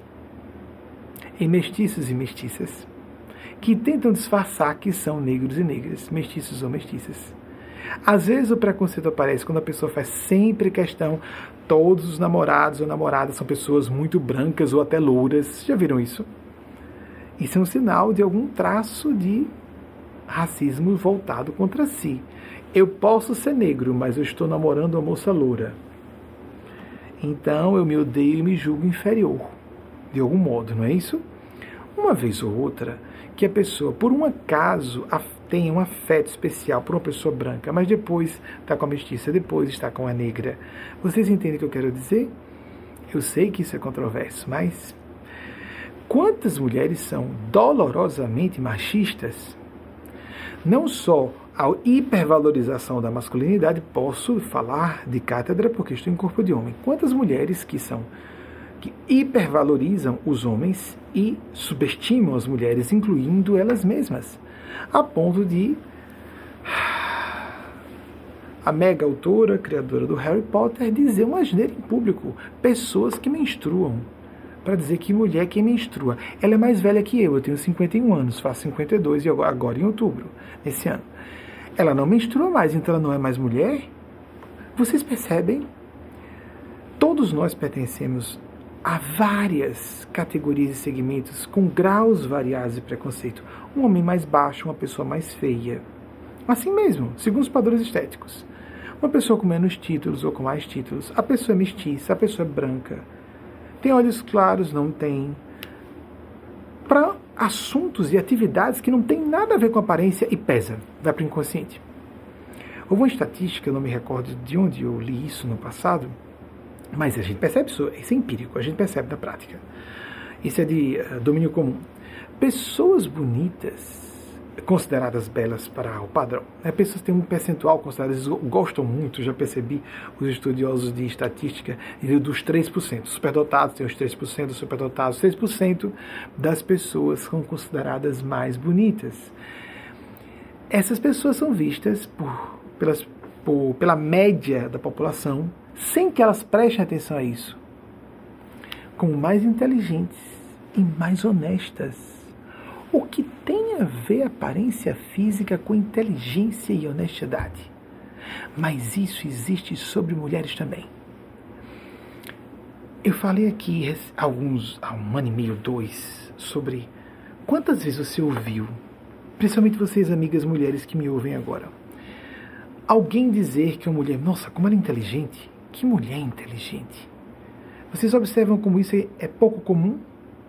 Speaker 1: em mestiços e mestiças, que tentam disfarçar que são negros e negras, mestiços ou mestiças. Às vezes o preconceito aparece quando a pessoa faz sempre questão, todos os namorados ou namoradas são pessoas muito brancas ou até louras. Já viram isso? Isso é um sinal de algum traço de racismo voltado contra si. Eu posso ser negro, mas eu estou namorando uma moça loura. Então eu me odeio e me julgo inferior, de algum modo, não é isso? Uma vez ou outra, que a pessoa, por um acaso, tenha um afeto especial por uma pessoa branca, mas depois está com a mestiça, depois está com a negra. Vocês entendem o que eu quero dizer? Eu sei que isso é controverso, mas quantas mulheres são dolorosamente machistas? Não só a hipervalorização da masculinidade, posso falar de cátedra porque estou em corpo de homem. Quantas mulheres que são que hipervalorizam os homens e subestimam as mulheres, incluindo elas mesmas, a ponto de a mega autora, criadora do Harry Potter, dizer uma asneira em público, pessoas que menstruam, para dizer que mulher é quem menstrua. Ela é mais velha que eu, eu tenho cinquenta e um anos, faço cinquenta e dois e agora em outubro, nesse ano. Ela não menstrua mais, então ela não é mais mulher? Vocês percebem? Todos nós pertencemos a várias categorias e segmentos com graus variados de preconceito. Um homem mais baixo, uma pessoa mais feia. Assim mesmo, segundo os padrões estéticos. Uma pessoa com menos títulos ou com mais títulos. A pessoa é mestiça, a pessoa é branca. Tem olhos claros, não tem. Para assuntos e atividades que não tem nada a ver com aparência e pesa. Vai para o inconsciente. Houve uma estatística, eu não me recordo de onde eu li isso no passado, mas a gente percebe isso, isso é empírico, a gente percebe na prática. Isso é de uh, domínio comum. Pessoas bonitas, consideradas belas para o padrão. Né? Pessoas têm um percentual considerado, eles gostam muito, já percebi, os estudiosos de estatística, dos três por cento. Os superdotados têm os três por cento, os superdotados, três por cento das pessoas são consideradas mais bonitas. Essas pessoas são vistas por, pelas, por, pela média da população, sem que elas prestem atenção a isso, como mais inteligentes e mais honestas. O que tem a ver a aparência física com inteligência e honestidade? Mas isso existe sobre mulheres também. Eu falei aqui há, alguns, há um ano e meio, dois, sobre quantas vezes você ouviu, principalmente vocês, amigas mulheres que me ouvem agora, alguém dizer que uma mulher, nossa, como ela é inteligente, que mulher inteligente. Vocês observam como isso é pouco comum?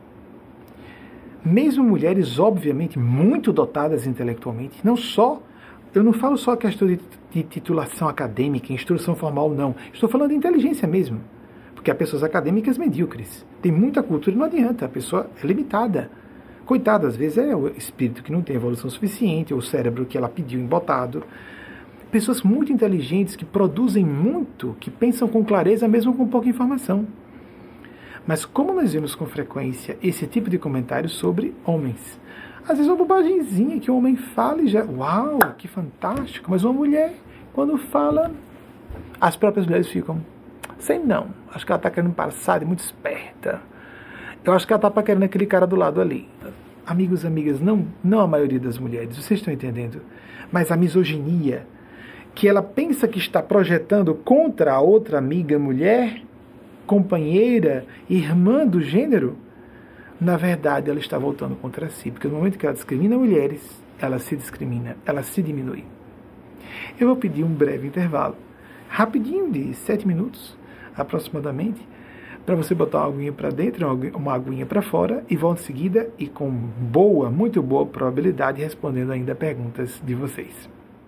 Speaker 1: Mesmo mulheres, obviamente, muito dotadas intelectualmente, não só, eu não falo só a questão de, de titulação acadêmica, instrução formal, não. Estou falando de inteligência mesmo. Porque há pessoas acadêmicas medíocres. Tem muita cultura e não adianta, a pessoa é limitada. Coitada, às vezes é o espírito que não tem evolução suficiente, ou o cérebro que ela pediu embotado. Pessoas muito inteligentes, que produzem muito, que pensam com clareza, mesmo com pouca informação. Mas como nós vemos com frequência esse tipo de comentário sobre homens? Às vezes uma bobagemzinha que o homem fala e já, uau, que fantástico. Mas uma mulher, quando fala, as próprias mulheres ficam, sei não, acho que ela está querendo passar de muito esperta. Eu acho que ela está paquerando aquele cara do lado ali. Amigos, amigas, não, não a maioria das mulheres, vocês estão entendendo? Mas a misoginia, que ela pensa que está projetando contra a outra amiga mulher, companheira, irmã do gênero, na verdade ela está voltando contra si, porque no momento que ela discrimina mulheres, ela se discrimina, ela se diminui. Eu vou pedir um breve intervalo, rapidinho, de sete minutos aproximadamente, para você botar uma aguinha para dentro, uma aguinha para fora, e volto em seguida e com boa, muito boa probabilidade respondendo ainda perguntas de vocês.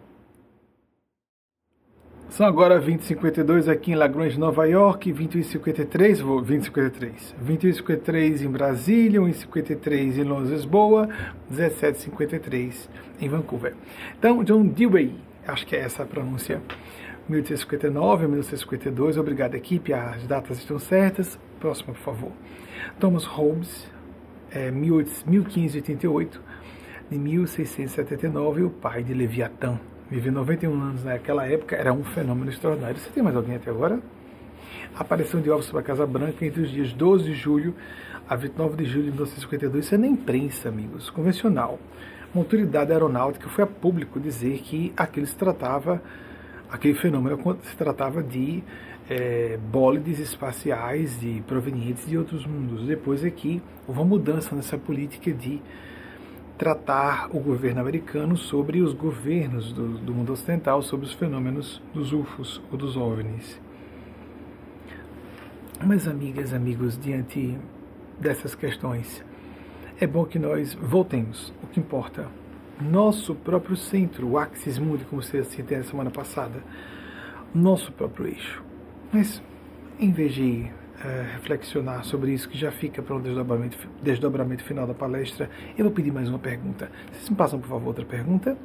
Speaker 1: São agora vinte e cinquenta e dois aqui em La Grange, Nova York, vinte e cinquenta e três, vinte e cinquenta e três, vinte e cinquenta e três em Brasília, um e cinquenta e três em Londres, Lisboa, dezessete e cinquenta e três em Vancouver. Então, John Dewey, acho que é essa a pronúncia, mil oitocentos e cinquenta e nove, mil novecentos e cinquenta e dois, obrigado equipe, as datas estão certas, próxima por favor. Thomas Hobbes, é, mil quinhentos e oitenta e oito, de mil seiscentos e setenta e nove, o pai de Leviatã. Viveu noventa e um anos naquela época, era um fenômeno extraordinário. Você tem mais alguém até agora? A aparição de ovos sobre a Casa Branca entre os dias doze de julho a vinte e nove de julho de mil novecentos e cinquenta e dois. Isso é na imprensa, amigos, convencional. Uma autoridade aeronáutica foi a público dizer que aquilo se tratava, aquele fenômeno se tratava de é, bólides espaciais de, provenientes de outros mundos. Depois é que houve uma mudança nessa política de tratar o governo americano sobre os governos do, do mundo ocidental, sobre os fenômenos dos U F Os ou dos OVNIs. Mas, amigas, amigos, diante dessas questões, é bom que nós voltemos. O que importa, nosso próprio centro, o Axis Mundi, como vocês citaram na semana passada, nosso próprio eixo. Mas, em vez de Uh, reflexionar sobre isso, que já fica para um desdobramento, desdobramento final da palestra, eu vou pedir mais uma pergunta. Vocês me passam, por favor, outra pergunta?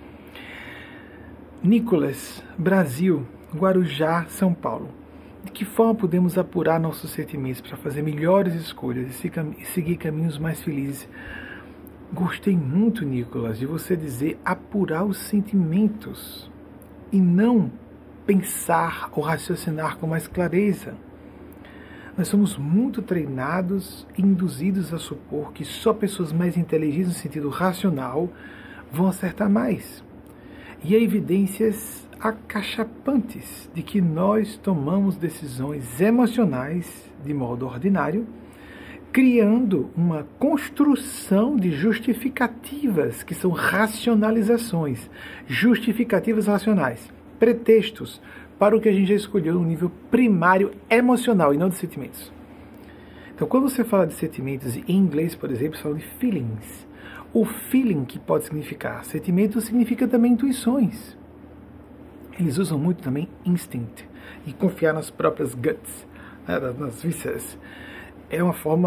Speaker 1: Nicolas, Brasil, Guarujá, São Paulo. De que forma podemos apurar nossos sentimentos para fazer melhores escolhas e seguir caminhos mais felizes? Gostei muito, Nicolas, de você dizer apurar os sentimentos e não pensar ou raciocinar com mais clareza. Nós somos muito treinados e induzidos a supor que só pessoas mais inteligentes no sentido racional vão acertar mais. E há evidências acachapantes de que nós tomamos decisões emocionais de modo ordinário, criando uma construção de justificativas, que são racionalizações, justificativas racionais, pretextos, para o que a gente já escolheu no nível primário emocional e não de sentimentos. Então, quando você fala de sentimentos, em inglês, por exemplo, você fala de feelings. O feeling, que pode significar sentimento, significa também intuições. Eles usam muito também instinct e confiar nas próprias guts, né, nas vísceras. É uma forma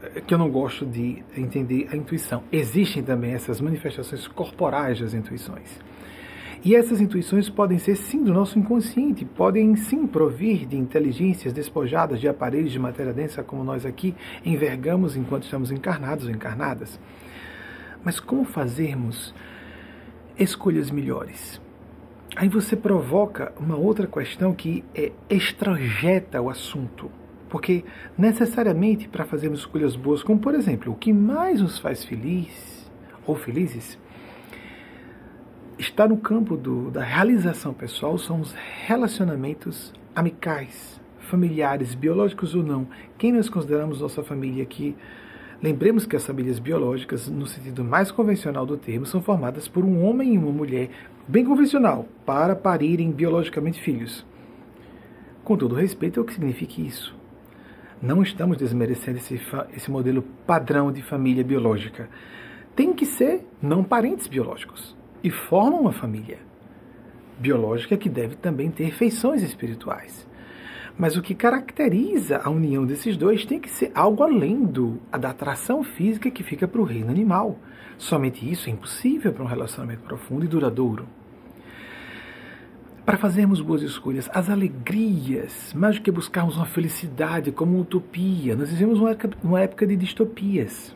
Speaker 1: que eu não gosto de entender a intuição. Existem também essas manifestações corporais das intuições. E essas intuições podem ser sim do nosso inconsciente, podem sim provir de inteligências despojadas de aparelhos de matéria densa, como nós aqui envergamos enquanto estamos encarnados ou encarnadas. Mas como fazermos escolhas melhores? Aí você provoca uma outra questão que é, extrajeta o assunto. Porque necessariamente para fazermos escolhas boas, como por exemplo, o que mais nos faz feliz ou felizes, está no campo do, da realização pessoal, são os relacionamentos amicais, familiares, biológicos ou não. Quem nós consideramos nossa família aqui? Lembremos que as famílias biológicas, no sentido mais convencional do termo, são formadas por um homem e uma mulher, bem convencional, para parirem biologicamente filhos. Com todo respeito ao que significa isso. Não estamos desmerecendo esse, esse modelo padrão de família biológica. Tem que ser não parentes biológicos. E formam uma família biológica que deve também ter feições espirituais. Mas o que caracteriza a união desses dois tem que ser algo além do, da atração física que fica para o reino animal. Somente isso é impossível para um relacionamento profundo e duradouro. Para fazermos boas escolhas, as alegrias, mais do que buscarmos uma felicidade como uma utopia, nós vivemos uma época, uma época de distopias.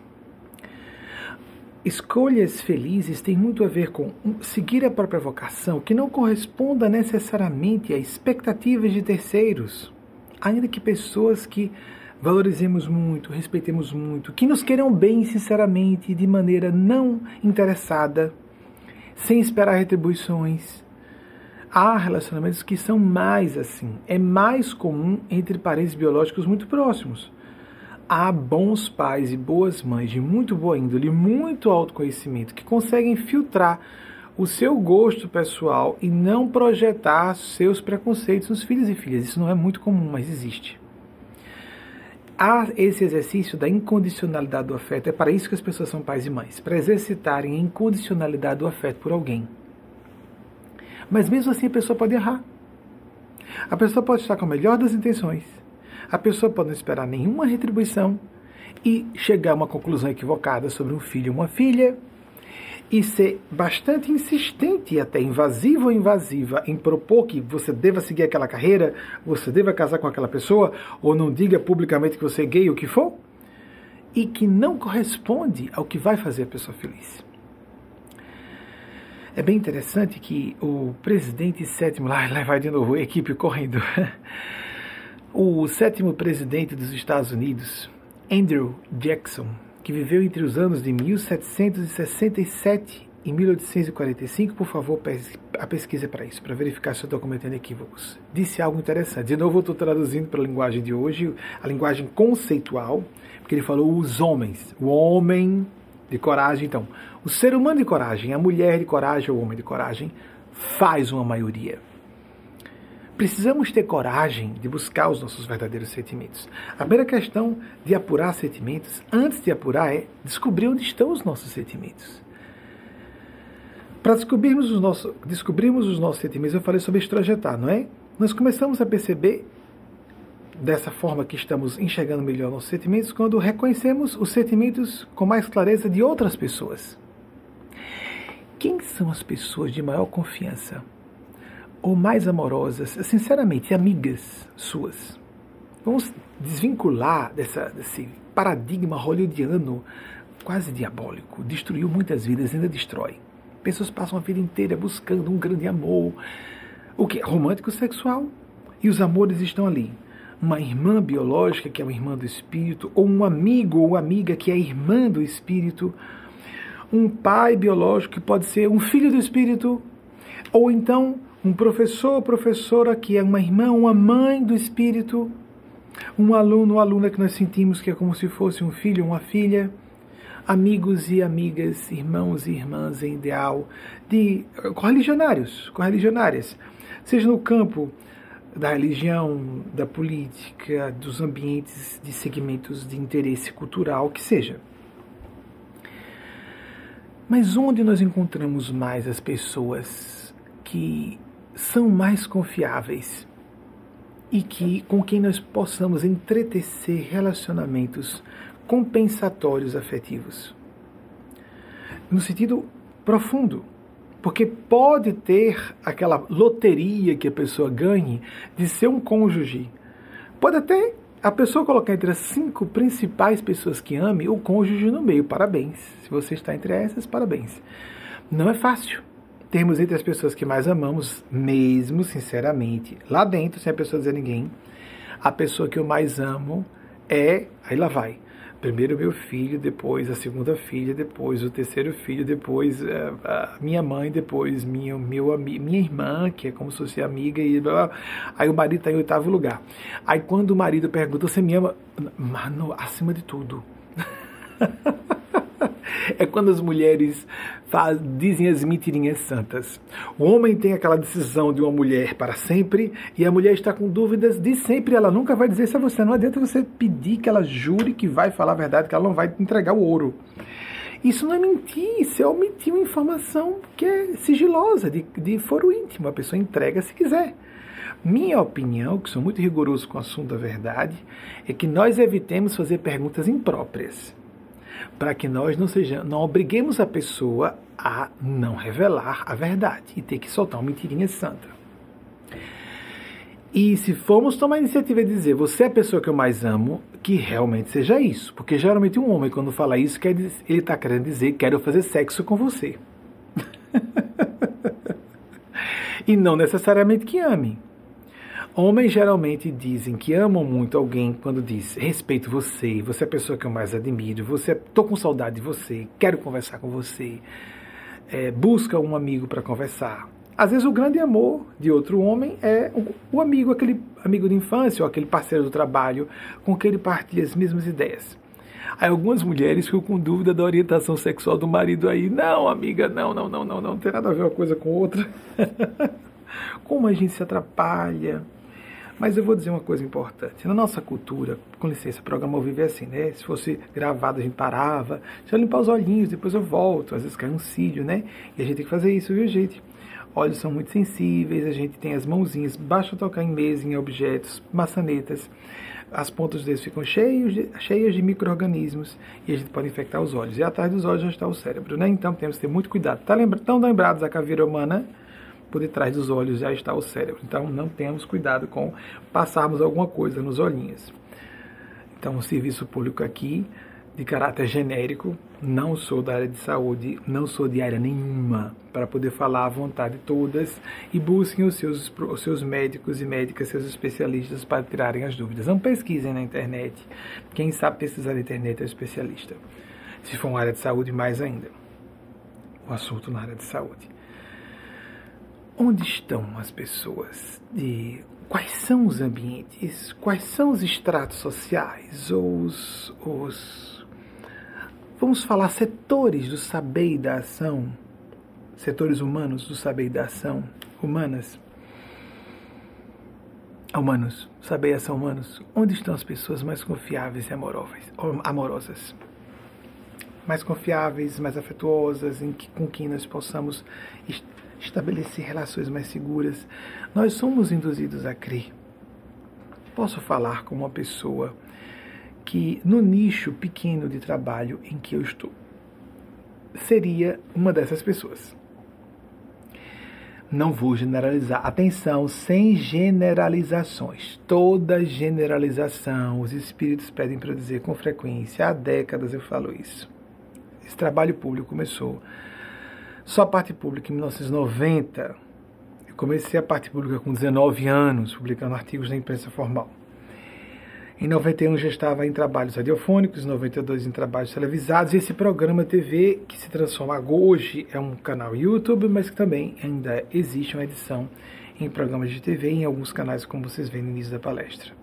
Speaker 1: Escolhas felizes têm muito a ver com seguir a própria vocação, que não corresponda necessariamente a expectativas de terceiros, ainda que pessoas que valorizemos muito, respeitemos muito, que nos queiram bem sinceramente, de maneira não interessada, sem esperar retribuições. Há relacionamentos que são mais assim, é mais comum entre parentes biológicos muito próximos. Há bons pais e boas mães de muito boa índole, muito autoconhecimento, que conseguem filtrar o seu gosto pessoal e não projetar seus preconceitos nos filhos e filhas. Isso não é muito comum, mas existe. Há esse exercício da incondicionalidade do afeto. É para isso que as pessoas são pais e mães, para exercitarem a incondicionalidade do afeto por alguém. Mas mesmo assim a pessoa pode errar. A pessoa pode estar com a melhor das intenções. A pessoa pode não esperar nenhuma retribuição e chegar a uma conclusão equivocada sobre um filho ou uma filha e ser bastante insistente e até invasivo ou invasiva em propor que você deva seguir aquela carreira, você deva casar com aquela pessoa, ou não diga publicamente que você é gay ou o que for, e que não corresponde ao que vai fazer a pessoa feliz. É bem interessante que o presidente sétimo, lá, lá vai de novo, a equipe correndo, o sétimo presidente dos Estados Unidos, Andrew Jackson, que viveu entre os anos de mil setecentos e sessenta e sete e mil oitocentos e quarenta e cinco, por favor, a pesquisa para isso, para verificar se eu estou cometendo equívocos. Disse algo interessante. De novo, eu estou traduzindo para a linguagem de hoje, a linguagem conceitual, porque ele falou os homens, o homem de coragem. Então, o ser humano de coragem, a mulher de coragem, o homem de coragem, faz uma maioria. Precisamos ter coragem de buscar os nossos verdadeiros sentimentos. A primeira questão de apurar sentimentos, antes de apurar, é descobrir onde estão os nossos sentimentos. Para descobrirmos os nossos, descobrirmos os nossos sentimentos, eu falei sobre extrajetar, não é? Nós começamos a perceber, dessa forma que estamos enxergando melhor nossos sentimentos, quando reconhecemos os sentimentos com mais clareza de outras pessoas. Quem são as pessoas de maior confiança? Ou mais amorosas, sinceramente, amigas suas? Vamos desvincular dessa, desse paradigma hollywoodiano quase diabólico. Destruiu muitas vidas, ainda destrói. Pessoas passam a vida inteira buscando um grande amor, o que é romântico sexual, e os amores estão ali. Uma irmã biológica, que é uma irmã do espírito, ou um amigo ou amiga que é irmã do espírito, um pai biológico que pode ser um filho do espírito, ou então um professor ou professora que é uma irmã, uma mãe do espírito, um aluno ou aluna que nós sentimos que é como se fosse um filho ou uma filha, amigos e amigas, irmãos e irmãs em ideal, de correligionários, correligionárias, seja no campo da religião, da política, dos ambientes de segmentos de interesse cultural, que seja. Mas onde nós encontramos mais as pessoas que são mais confiáveis e que, com quem nós possamos entretecer relacionamentos compensatórios afetivos. No sentido profundo. Porque pode ter aquela loteria que a pessoa ganhe de ser um cônjuge. Pode até a pessoa colocar entre as cinco principais pessoas que ame o cônjuge no meio. Parabéns. Se você está entre essas, parabéns. Não é fácil. Termos entre as pessoas que mais amamos, mesmo sinceramente, lá dentro, sem a pessoa dizer a ninguém, a pessoa que eu mais amo é... Aí lá vai. Primeiro meu filho, depois a segunda filha, depois o terceiro filho, depois uh, a minha mãe, depois minha, meu, minha irmã, que é como se fosse amiga, e blá, blá. Aí o marido está em oitavo lugar. Aí quando o marido pergunta, você me ama? Mano, acima de tudo. É quando as mulheres faz, dizem as mentirinhas santas. O homem tem aquela decisão de uma mulher para sempre e a mulher está com dúvidas de sempre. Ela nunca vai dizer isso a você. Não adianta você pedir que ela jure que vai falar a verdade, que ela não vai entregar o ouro. Isso não é mentir, isso é omitir uma informação que é sigilosa, de, de foro íntimo. A pessoa entrega se quiser. Minha opinião, que sou muito rigoroso com o assunto da verdade, é que nós evitemos fazer perguntas impróprias, para que nós não sejamos, não obriguemos a pessoa a não revelar a verdade e ter que soltar uma mentirinha santa. E se formos tomar a iniciativa de dizer, você é a pessoa que eu mais amo, que realmente seja isso. Porque geralmente um homem, quando fala isso, quer dizer, ele está querendo dizer, quero fazer sexo com você. E não necessariamente que ame. Homens geralmente dizem que amam muito alguém quando diz, respeito você, você é a pessoa que eu mais admiro, você, tô com saudade de você, quero conversar com você, é, busca um amigo para conversar. Às vezes o grande amor de outro homem é o, o amigo, aquele amigo de infância ou aquele parceiro do trabalho com quem ele partilha as mesmas ideias. Aí algumas mulheres ficam com dúvida da orientação sexual do marido aí. Não, amiga, não, não, não, não, não, não tem nada a ver uma coisa com outra. Como a gente se atrapalha. Mas eu vou dizer uma coisa importante. Na nossa cultura, com licença, o programa ao vivo é assim, né? Se fosse gravado, a gente parava. Deixa eu limpar os olhinhos, depois eu volto. Às vezes cai um cílio, né? E a gente tem que fazer isso, viu, gente? Olhos são muito sensíveis, a gente tem as mãozinhas, basta tocar em mesa, em objetos, maçanetas. As pontas dos dedos ficam cheios de, cheias de micro-organismos e a gente pode infectar os olhos. E atrás dos olhos já está o cérebro, né? Então temos que ter muito cuidado. Tá lembra, estão lembrados da caveira humana? Por detrás dos olhos já está o cérebro. Então não temos cuidado com passarmos alguma coisa nos olhinhos. Então um serviço público aqui, de caráter genérico, não sou da área de saúde, não sou de área nenhuma, para poder falar à vontade todas, e busquem os seus, os seus médicos e médicas, seus especialistas para tirarem as dúvidas. Não pesquisem na internet. Quem sabe pesquisar na internet é o especialista. Se for uma área de saúde, mais ainda. O assunto na área de saúde. Onde estão as pessoas? De quais são os ambientes? Quais são os estratos sociais? Ou os, os, vamos falar, setores do saber e da ação? Setores humanos do saber e da ação? Humanas? Humanos, saber e ação humanos. Onde estão as pessoas mais confiáveis e amorosas? Mais confiáveis, mais afetuosas, em que, com quem nós possamos estabelecer relações mais seguras. Nós somos induzidos a crer. Posso falar com uma pessoa que, no nicho pequeno de trabalho em que eu estou, seria uma dessas pessoas. Não vou generalizar. Atenção, sem generalizações. Toda generalização, os espíritos pedem para eu dizer com frequência. Há décadas eu falo isso. Esse trabalho público começou só a parte pública em mil novecentos e noventa. Eu comecei a parte pública com dezenove anos, publicando artigos na imprensa formal. Em noventa e um já estava em trabalhos radiofônicos, em noventa e dois em trabalhos televisados, e esse programa T V que se transforma hoje é um canal YouTube, mas que também ainda existe uma edição em programas de T V e em alguns canais, como vocês veem no início da palestra.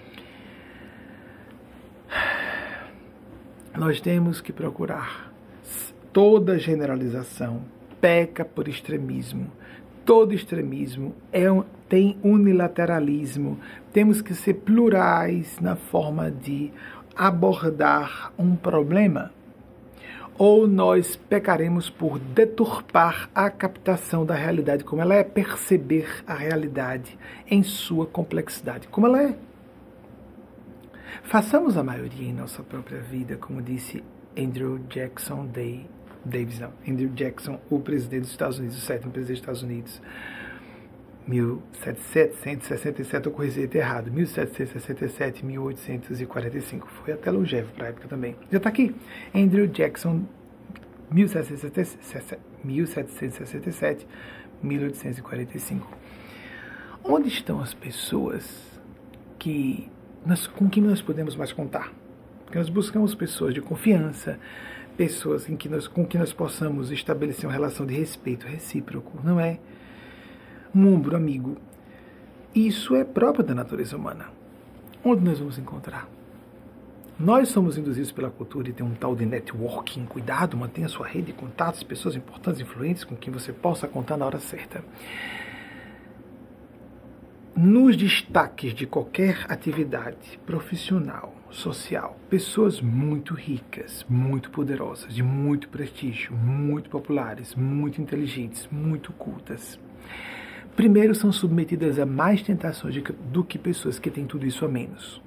Speaker 1: Nós temos que procurar. Toda generalização peca por extremismo. Todo extremismo é um, tem unilateralismo. Temos que ser plurais na forma de abordar um problema. Ou nós pecaremos por deturpar a captação da realidade, como ela é, perceber a realidade em sua complexidade, como ela é. Façamos a maioria em nossa própria vida, como disse Andrew Jackson Day, Davis, não, Andrew Jackson, o presidente dos Estados Unidos, o sétimo presidente dos Estados Unidos, mil setecentos e sessenta e sete, eu corrigi errado, mil setecentos e sessenta e sete, mil oitocentos e quarenta e cinco, foi até longevo para a época também. Já está aqui, Andrew Jackson, mil setecentos e sessenta e sete, mil oitocentos e quarenta e cinco. Onde estão as pessoas que nós, com quem nós podemos mais contar? Porque nós buscamos pessoas de confiança, pessoas em que nós, com quem nós possamos estabelecer uma relação de respeito recíproco, não é? Um ombro amigo. Isso é próprio da natureza humana. Onde nós vamos encontrar? Nós somos induzidos pela cultura e tem um tal de networking. Cuidado, mantenha a sua rede de contatos, pessoas importantes, influentes, com quem você possa contar na hora certa. Nos destaques de qualquer atividade profissional, social, pessoas muito ricas, muito poderosas, de muito prestígio, muito populares, muito inteligentes, muito cultas, primeiro são submetidas a mais tentações do que pessoas que têm tudo isso a menos.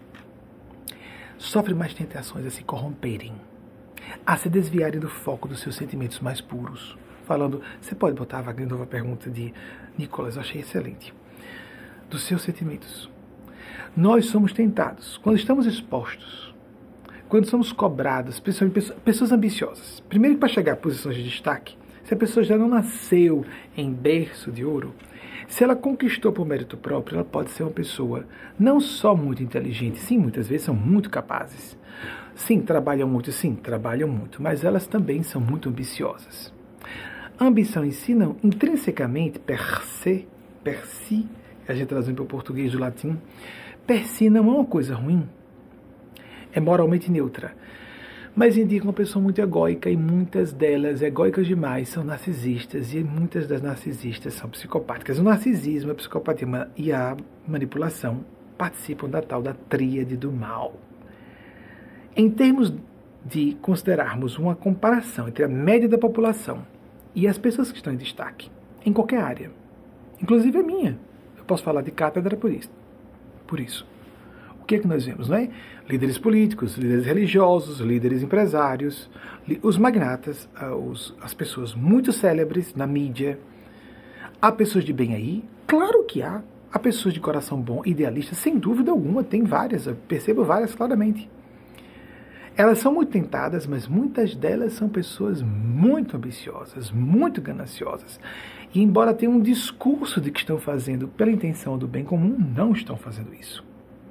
Speaker 1: Sofrem mais tentações a se corromperem, a se desviarem do foco dos seus sentimentos mais puros. Falando, você pode botar a vaga de nova pergunta de Nicolas, eu achei excelente. Dos seus sentimentos. Nós somos tentados, quando estamos expostos, quando somos cobrados, pessoas, pessoas ambiciosas. Primeiro, para chegar a posições de destaque, se a pessoa já não nasceu em berço de ouro, se ela conquistou por mérito próprio, ela pode ser uma pessoa não só muito inteligente, sim, muitas vezes são muito capazes. Sim, trabalham muito, sim, trabalham muito, mas elas também são muito ambiciosas. A ambição em si, não, intrinsecamente, per se, per si, a gente trazendo para o português do latim, per si não é uma coisa ruim, é moralmente neutra, mas indica uma pessoa muito egóica e muitas delas, egóicas demais, são narcisistas e muitas das narcisistas são psicopáticas. O narcisismo, a psicopatia e a manipulação participam da tal da tríade do mal. Em termos de considerarmos uma comparação entre a média da população e as pessoas que estão em destaque, em qualquer área, inclusive a minha, posso falar de cátedra por isso. Por isso. O que é que nós vemos, não é? Líderes políticos, líderes religiosos, líderes empresários, os magnatas, os, as pessoas muito célebres na mídia. Há pessoas de bem aí? Claro que há. Há pessoas de coração bom, idealistas, sem dúvida alguma, tem várias, eu percebo várias claramente. Elas são muito tentadas, mas muitas delas são pessoas muito ambiciosas, muito gananciosas. E embora tenham um discurso de que estão fazendo pela intenção do bem comum, não estão fazendo isso.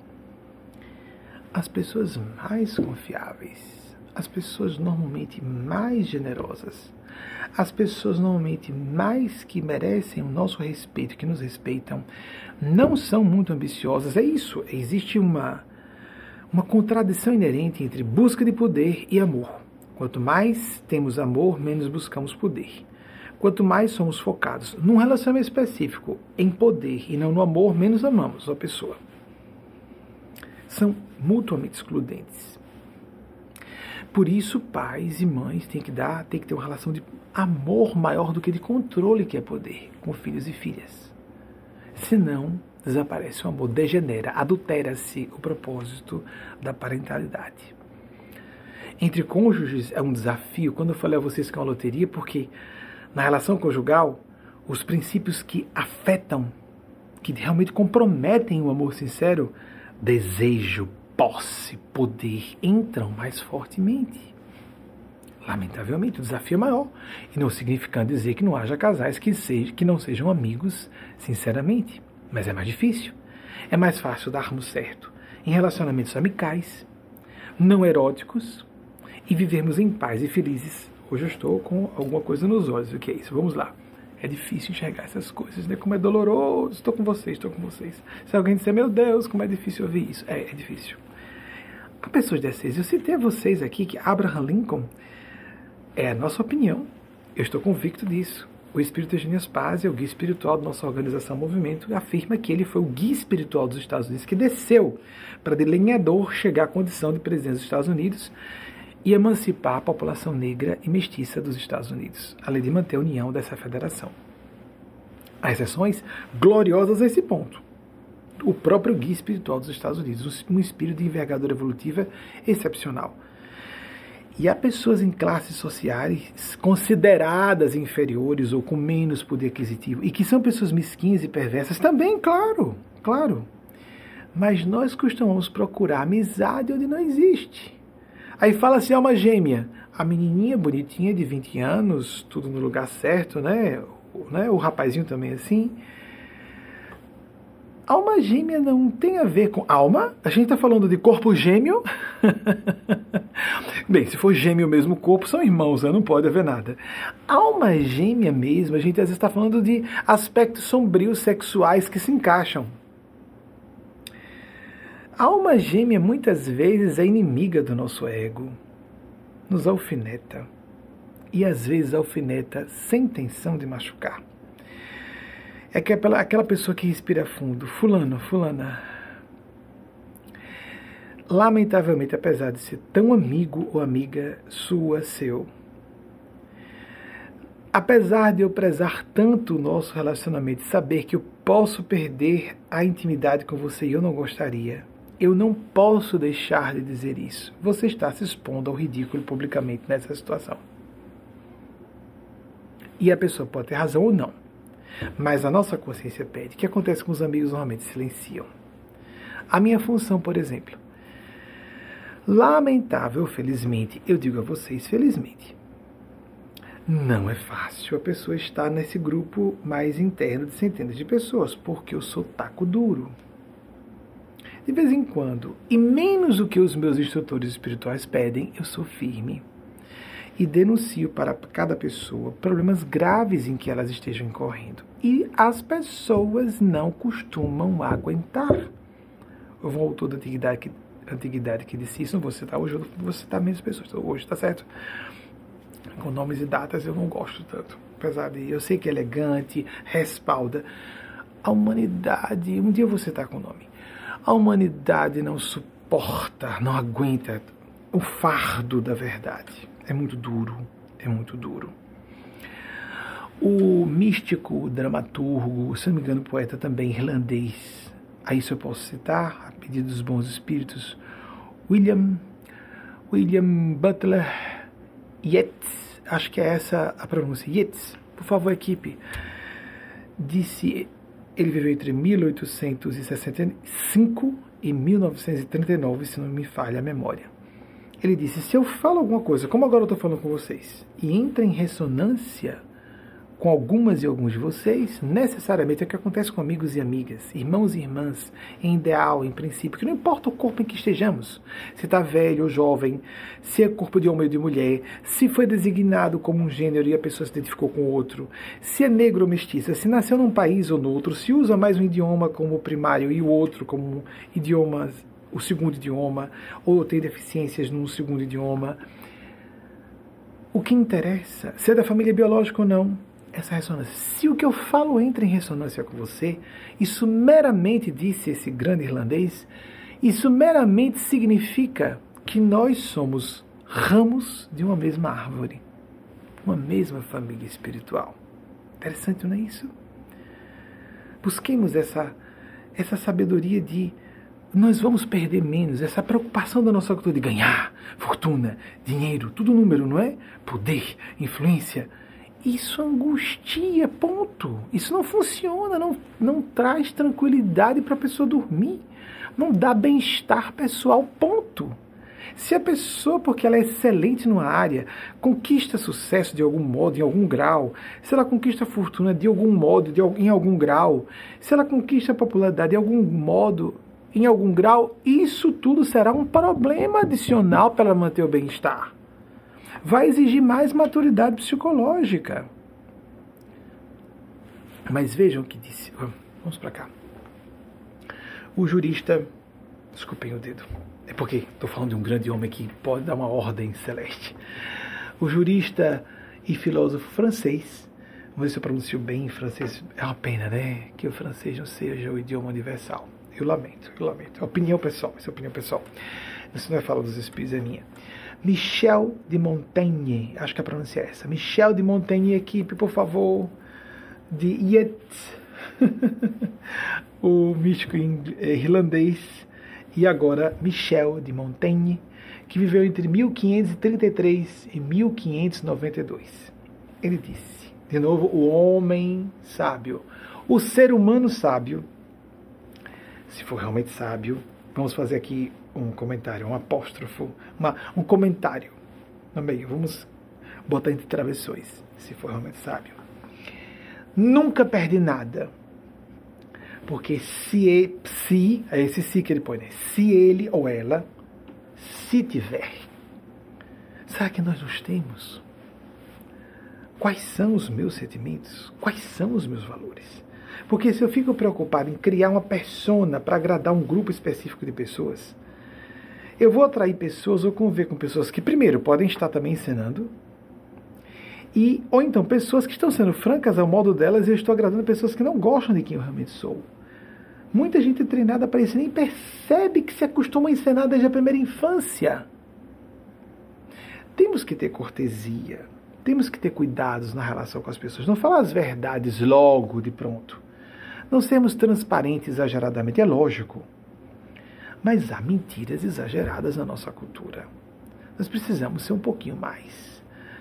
Speaker 1: As pessoas mais confiáveis, as pessoas normalmente mais generosas, as pessoas normalmente mais que merecem o nosso respeito, que nos respeitam, não são muito ambiciosas. É isso, existe uma, uma contradição inerente entre busca de poder e amor. Quanto mais temos amor, menos buscamos poder. Quanto mais somos focados num relacionamento específico, em poder e não no amor, menos amamos a pessoa. São mutuamente excludentes. Por isso, pais e mães têm que dar, têm que ter uma relação de amor maior do que de controle, que é poder, com filhos e filhas. Senão, desaparece o amor, degenera, adultera-se o propósito da parentalidade. Entre cônjuges é um desafio. Quando eu falei a vocês que é uma loteria, porque na relação conjugal, os princípios que afetam, que realmente comprometem o amor sincero, desejo, posse, poder, entram mais fortemente. Lamentavelmente, o desafio é maior. E não significa dizer que não haja casais que, sejam, que não sejam amigos, sinceramente. Mas é mais difícil. É mais fácil darmos certo em relacionamentos amicais, não eróticos, e vivermos em paz e felizes. Hoje eu estou com alguma coisa nos olhos. O que é isso? Vamos lá. É difícil enxergar essas coisas, né? Como é doloroso. Estou com vocês, estou com vocês. Se alguém disser, meu Deus, como é difícil ouvir isso. É, é difícil. Há pessoas dessas. Eu citei a vocês aqui que Abraham Lincoln é a nossa opinião. Eu estou convicto disso. O espírito Eugênio Aspásia, o guia espiritual da nossa organização Movimento, afirma que ele foi o guia espiritual dos Estados Unidos que desceu para delineador chegar à condição de presidente dos Estados Unidos e emancipar a população negra e mestiça dos Estados Unidos, além de manter a união dessa federação. Há exceções gloriosas a esse ponto. o próprio guia espiritual dos Estados Unidos, um espírito de envergadura evolutiva excepcional. E há pessoas em classes sociais consideradas inferiores ou com menos poder aquisitivo, e que são pessoas mesquinhas e perversas também, claro, claro. Mas nós costumamos procurar amizade onde não existe. Aí fala-se alma gêmea. A menininha bonitinha de vinte anos, tudo no lugar certo, né? O, né? o rapazinho também assim. Alma gêmea não tem a ver com alma. A gente está falando de corpo gêmeo. Bem, se for gêmeo o mesmo corpo, são irmãos, né? Não pode haver nada. Alma gêmea mesmo, a gente às vezes está falando de aspectos sombrios sexuais que se encaixam. A alma gêmea muitas vezes é inimiga do nosso ego, nos alfineta. E às vezes alfineta sem intenção de machucar. É aquela, aquela pessoa que respira fundo. Fulano, fulana. Lamentavelmente, apesar de ser tão amigo ou amiga sua, seu, apesar de eu prezar tanto o nosso relacionamento, saber que eu posso perder a intimidade com você e eu não gostaria, eu não posso deixar de dizer isso. Você está se expondo ao ridículo publicamente nessa situação. E a pessoa pode ter razão ou não. Mas a nossa consciência pede. O que acontece com os amigos normalmente silenciam? A minha função, por exemplo. Lamentável, felizmente, eu digo a vocês, felizmente, não é fácil a pessoa estar nesse grupo mais interno de centenas de pessoas, porque eu sou taco duro. De vez em quando, e menos do que os meus instrutores espirituais pedem, eu sou firme. E denuncio para cada pessoa problemas graves em que elas estejam incorrendo. E as pessoas não costumam aguentar. Houve um autor da antiguidade que, antiguidade que disse isso, não vou citar hoje, eu vou citar menos pessoas, hoje, tá certo? Com nomes e datas eu não gosto tanto. Apesar de eu sei que é elegante, respalda. A humanidade, um dia eu vou citar com o nome. A humanidade não suporta, não aguenta o fardo da verdade. É muito duro, é muito duro. O místico, o dramaturgo, se não me engano, poeta também irlandês, a isso eu posso citar, a pedido dos bons espíritos, William, William Butler Yeats, acho que é essa a pronúncia, Yeats, por favor, equipe, disse, ele viveu entre mil oitocentos e sessenta e cinco e mil novecentos e trinta e nove, se não me falha a memória. Ele disse, se eu falo alguma coisa, como agora eu estou falando com vocês, e entra em ressonância com algumas e alguns de vocês, necessariamente é o que acontece com amigos e amigas, irmãos e irmãs, em ideal, em princípio, que não importa o corpo em que estejamos, se está velho ou jovem, se é corpo de homem ou de mulher, se foi designado como um gênero e a pessoa se identificou com outro, se é negro ou mestiça, se nasceu num país ou no outro, se usa mais um idioma como primário e o outro como idiomas, o segundo idioma, ou tem deficiências no segundo idioma. O que interessa, se é da família biológica ou não, essa ressonância. Se o que eu falo entra em ressonância com você, isso meramente, disse esse grande irlandês, isso meramente significa que nós somos ramos de uma mesma árvore, uma mesma família espiritual. Interessante, não é isso? Busquemos essa, essa sabedoria de nós vamos perder menos, essa preocupação da nossa cultura de ganhar fortuna, dinheiro, tudo número, não é? Poder, influência. Isso angustia, ponto. Isso não funciona, não, não traz tranquilidade para a pessoa dormir. Não dá bem-estar pessoal, ponto. Se a pessoa, porque ela é excelente numa área, conquista sucesso de algum modo, em algum grau, se ela conquista fortuna de algum modo, de, em algum grau, se ela conquista popularidade de algum modo, em algum grau, isso tudo será um problema adicional para ela manter o bem-estar. Vai exigir mais maturidade psicológica. Mas vejam o que disse. Vamos para cá. O jurista... Desculpem o dedo. É porque estou falando de um grande homem que pode dar uma ordem celeste. O jurista e filósofo francês, vamos ver se eu pronuncio bem em francês. É uma pena, né? Que o francês não seja o idioma universal. Eu lamento, eu lamento. É opinião pessoal, isso é opinião pessoal. Isso não é fala dos espíritos, é minha. Michel de Montaigne, acho que a pronúncia é essa. Michel de Montaigne, equipe, por favor, de Yeats, o místico irlandês, e agora Michel de Montaigne, que viveu entre mil quinhentos e trinta e três e mil quinhentos e noventa e dois. Ele disse, de novo, o homem sábio, o ser humano sábio, se for realmente sábio, vamos fazer aqui um comentário, um apóstrofo, uma, um comentário no meio, vamos botar entre travessões, se for realmente sábio. Nunca perde nada. Porque se, se, é esse se que ele põe, né? Se ele ou ela, se tiver, será que nós nos temos? Quais são os meus sentimentos? Quais são os meus valores? Porque se eu fico preocupado em criar uma persona para agradar um grupo específico de pessoas, eu vou atrair pessoas ou conviver com pessoas que, primeiro, podem estar também ensinando, e, ou então pessoas que estão sendo francas ao modo delas e eu estou agradando pessoas que não gostam de quem eu realmente sou. Muita gente treinada para isso nem percebe que se acostuma a ensinar desde a primeira infância. Temos que ter cortesia, temos que ter cuidados na relação com as pessoas, não falar as verdades logo de pronto. Não sermos transparentes exageradamente, é lógico. Mas há mentiras exageradas na nossa cultura. Nós precisamos ser um pouquinho mais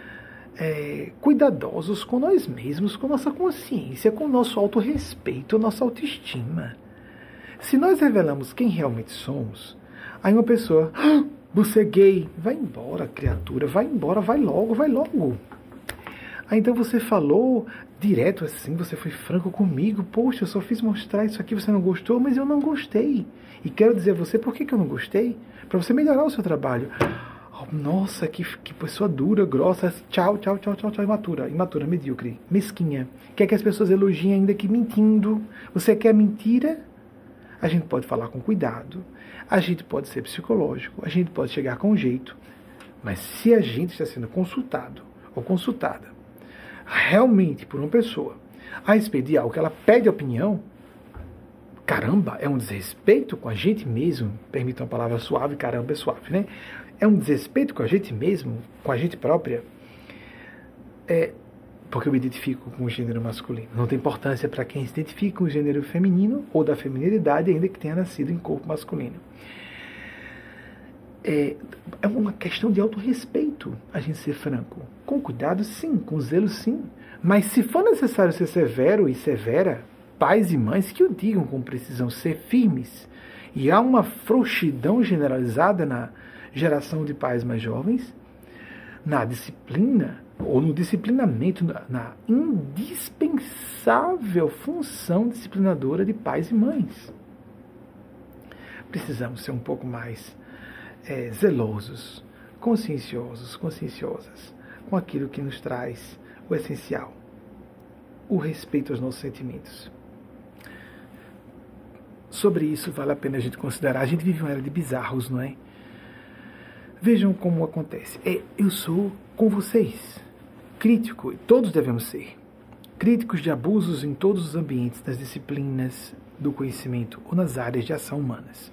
Speaker 1: É, cuidadosos com nós mesmos, com nossa consciência, com nosso autorrespeito, nossa autoestima. Se nós revelamos quem realmente somos, aí uma pessoa, ah, você é gay, vai embora, criatura, vai embora, vai logo, vai logo. Aí então você falou direto assim, você foi franco comigo, poxa, eu só fiz mostrar isso aqui, você não gostou, mas eu não gostei. E quero dizer a você por que, que eu não gostei, para você melhorar o seu trabalho. Nossa, que, que pessoa dura, grossa, tchau, tchau, tchau, tchau, tchau, imatura, imatura, medíocre, mesquinha. Quer que as pessoas elogiem ainda que mentindo. Você quer mentira? A gente pode falar com cuidado, a gente pode ser psicológico, a gente pode chegar com jeito, mas se a gente está sendo consultado ou consultada realmente por uma pessoa a respeito de algo que ela pede opinião, caramba, é um desrespeito com a gente mesmo, permitam a palavra suave, caramba é suave, né? É um desrespeito com a gente mesmo, com a gente própria, é porque eu me identifico com o gênero masculino. Não tem importância para quem se identifica com o gênero feminino ou da feminilidade, ainda que tenha nascido em corpo masculino. É, é uma questão de autorrespeito a gente ser franco. Com cuidado, sim. Com zelo, sim. Mas se for necessário ser severo e severa, pais e mães que o digam com precisão, ser firmes. E há uma frouxidão generalizada na geração de pais mais jovens, na disciplina, ou no disciplinamento, na, na indispensável função disciplinadora de pais e mães. Precisamos ser um pouco mais é, zelosos, conscienciosos, conscienciosas, com aquilo que nos traz o essencial, o respeito aos nossos sentimentos. Sobre isso vale a pena a gente considerar. A gente vive uma era de bizarros, não é? Vejam como acontece. É, eu sou com vocês, crítico, todos devemos ser, críticos de abusos em todos os ambientes, nas disciplinas do conhecimento ou nas áreas de ação humanas.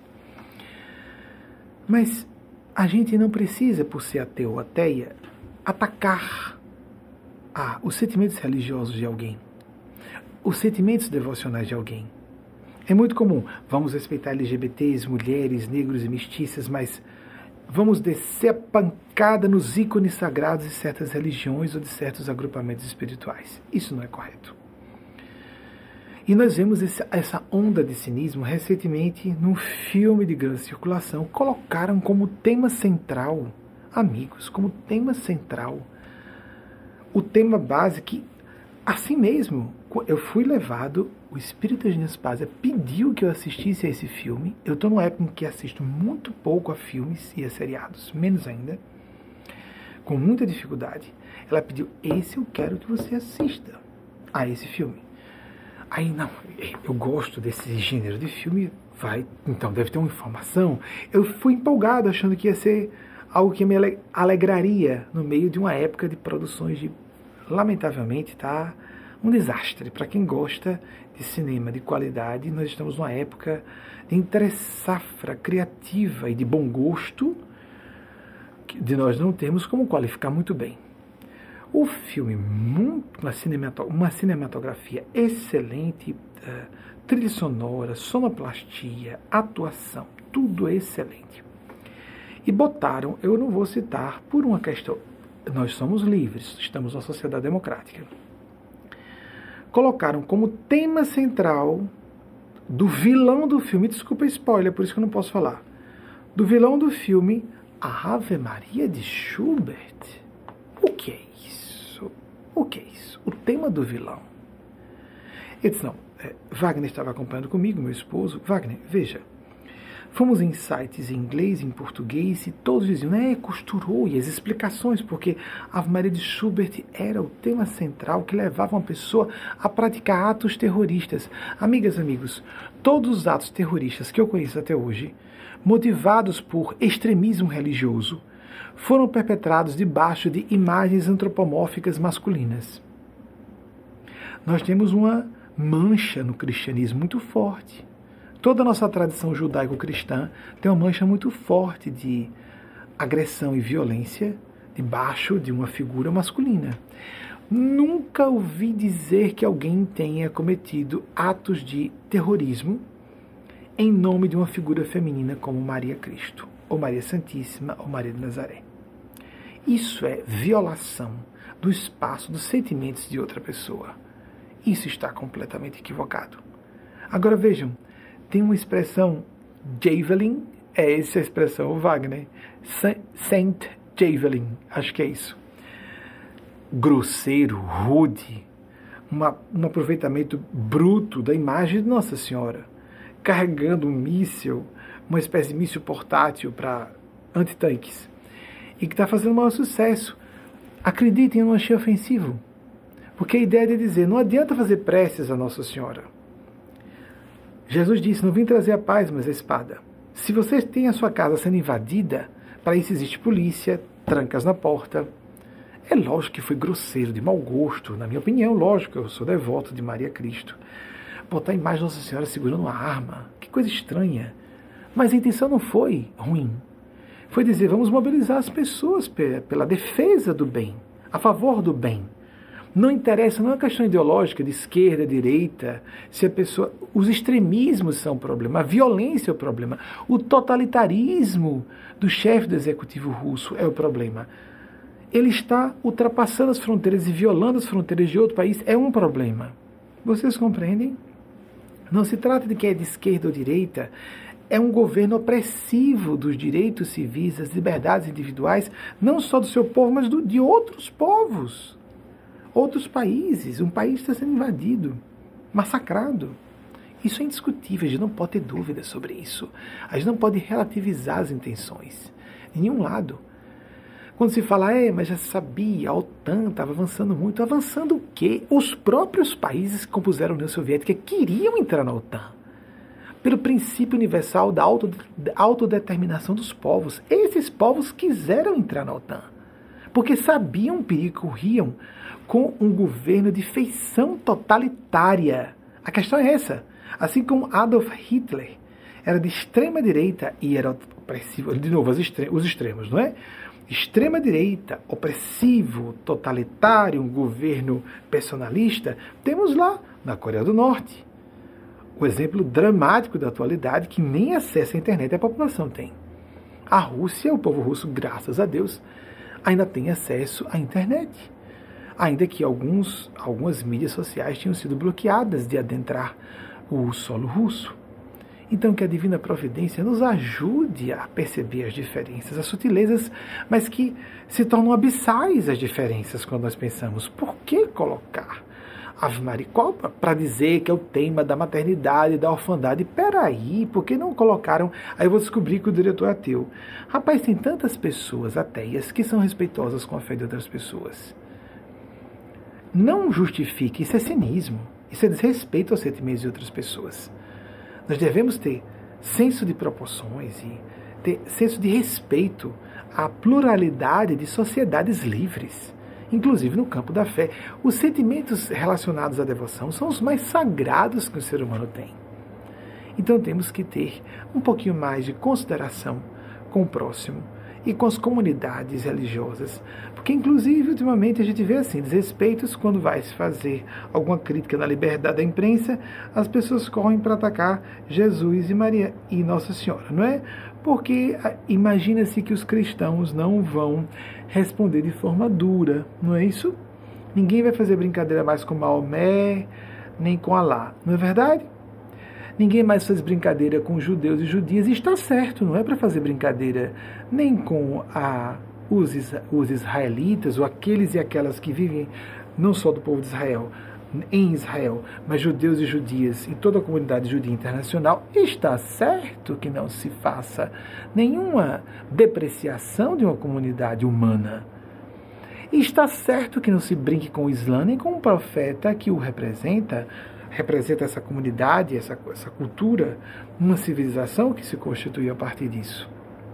Speaker 1: Mas a gente não precisa, por ser ateu ou ateia, atacar ah, os sentimentos religiosos de alguém, os sentimentos devocionais de alguém. É muito comum, vamos respeitar L G B Ts, mulheres, negros e mestiças, mas vamos descer a pancada nos ícones sagrados de certas religiões ou de certos agrupamentos espirituais. Isso não é correto. E nós vemos esse, essa onda de cinismo recentemente num filme de grande circulação. Colocaram como tema central, amigos, como tema central, o tema base que, assim mesmo, eu fui levado, o espírito de Nespásia pediu que eu assistisse a esse filme. Eu estou numa época em que assisto muito pouco a filmes e a seriados, menos ainda, com muita dificuldade. Ela pediu, esse eu quero que você assista a esse filme. Aí, não, eu gosto desse gênero de filme, vai, então deve ter uma informação. Eu fui empolgado, achando que ia ser algo que me alegraria no meio de uma época de produções de, lamentavelmente, tá um desastre. Para quem gosta de cinema de qualidade, nós estamos numa época de entre-safra criativa e de bom gosto, de nós não termos como qualificar muito bem. O filme, muito, uma, cinematografia, uma cinematografia excelente, iluminada, trilha sonora, sonoplastia, atuação, tudo é excelente. E botaram, eu não vou citar por uma questão, nós somos livres, estamos numa sociedade democrática. Colocaram como tema central do vilão do filme, desculpa spoiler, por isso que eu não posso falar, do vilão do filme, a Ave Maria de Schubert. O que é isso? O que é isso? O tema do vilão. Eu disse, não, é, Wagner estava acompanhando comigo, meu esposo. Wagner, veja, fomos em sites em inglês, em português, e todos diziam, né, costurou, e as explicações, porque a Ave Maria de Schubert era o tema central que levava uma pessoa a praticar atos terroristas. Amigas, amigos, todos os atos terroristas que eu conheço até hoje, motivados por extremismo religioso, foram perpetrados debaixo de imagens antropomórficas masculinas. Nós temos uma mancha no cristianismo muito forte. Toda a nossa tradição judaico-cristã tem uma mancha muito forte de agressão e violência debaixo de uma figura masculina. Nunca ouvi dizer que alguém tenha cometido atos de terrorismo em nome de uma figura feminina como Maria Cristo, ou Maria Santíssima, ou Maria de Nazaré. Isso é violação do espaço, dos sentimentos de outra pessoa. Isso está completamente equivocado. Agora vejam, tem uma expressão, Javelin, é essa a expressão, Wagner, Saint Javelin, acho que é isso. Grosseiro, rude, uma, um aproveitamento bruto da imagem de Nossa Senhora, carregando um míssil, uma espécie de míssil portátil para antitanques, e que está fazendo um maior sucesso. Acreditem, eu não achei ofensivo, porque a ideia de dizer, não adianta fazer preces a Nossa Senhora. Jesus disse, não vim trazer a paz, mas a espada. Se você tem a sua casa sendo invadida, para isso existe polícia, trancas na porta. É lógico que foi grosseiro, de mau gosto, na minha opinião, lógico, eu sou devoto de Maria Cristo. Botar a imagem de Nossa Senhora segurando uma arma, que coisa estranha. Mas a intenção não foi ruim. Foi dizer, vamos mobilizar as pessoas pela defesa do bem, a favor do bem. Não interessa, não é uma questão ideológica de esquerda, direita, se a pessoa... Os extremismos são o problema, a violência é o problema, o totalitarismo do chefe do executivo russo é o problema. Ele está ultrapassando as fronteiras e violando as fronteiras de outro país, é um problema. Vocês compreendem? Não se trata de quem é de esquerda ou direita, é um governo opressivo dos direitos civis, das liberdades individuais, não só do seu povo, mas do, de outros povos. Outros países, um país está sendo invadido, massacrado. Isso é indiscutível, a gente não pode ter dúvida sobre isso. A gente não pode relativizar as intenções, de nenhum lado. Quando se fala, é, mas já sabia, a OTAN estava avançando muito. Avançando o quê? Os próprios países que compuseram a União Soviética queriam entrar na OTAN. Pelo princípio universal da autodeterminação dos povos. Esses povos quiseram entrar na OTAN, porque sabiam o perigo que corriam com um governo de feição totalitária. A questão é essa. Assim como Adolf Hitler era de extrema direita e era opressivo, de novo, os extremos, não é? Extrema direita, opressivo, totalitário, um governo personalista, temos lá na Coreia do Norte o exemplo dramático da atualidade que nem acesso à internet a população tem. A Rússia, o povo russo, graças a Deus, ainda tem acesso à internet. Ainda que alguns, algumas mídias sociais tinham sido bloqueadas de adentrar o solo russo. Então que a Divina Providência nos ajude a perceber as diferenças, as sutilezas, mas que se tornam abissais as diferenças quando nós pensamos, por que colocar Ave Maria para dizer que é o tema da maternidade, da orfandade? Peraí, por que não colocaram? Aí eu vou descobrir que o diretor é ateu. Rapaz, tem tantas pessoas ateias que são respeitosas com a fé de outras pessoas. Não justifique, isso é cinismo, isso é desrespeito aos sentimentos de outras pessoas. Nós devemos ter senso de proporções e ter senso de respeito à pluralidade de sociedades livres, inclusive no campo da fé. Os sentimentos relacionados à devoção são os mais sagrados que o ser humano tem. Então temos que ter um pouquinho mais de consideração com o próximo e com as comunidades religiosas. Porque, inclusive, ultimamente a gente vê assim, desrespeitos quando vai se fazer alguma crítica na liberdade da imprensa, as pessoas correm para atacar Jesus e Maria e Nossa Senhora, não é? Porque imagina-se que os cristãos não vão responder de forma dura, não é isso? Ninguém vai fazer brincadeira mais com Maomé, nem com Alá, não é verdade? Ninguém mais faz brincadeira com judeus e judias, e está certo, não é para fazer brincadeira nem com a, os, os israelitas, ou aqueles e aquelas que vivem não só do povo de Israel, em Israel, mas judeus e judias e toda a comunidade judia internacional. Está certo que não se faça nenhuma depreciação de uma comunidade humana. E está certo que não se brinque com o Islã nem com o profeta que o representa, representa essa comunidade, essa, essa cultura, uma civilização que se constitui a partir disso.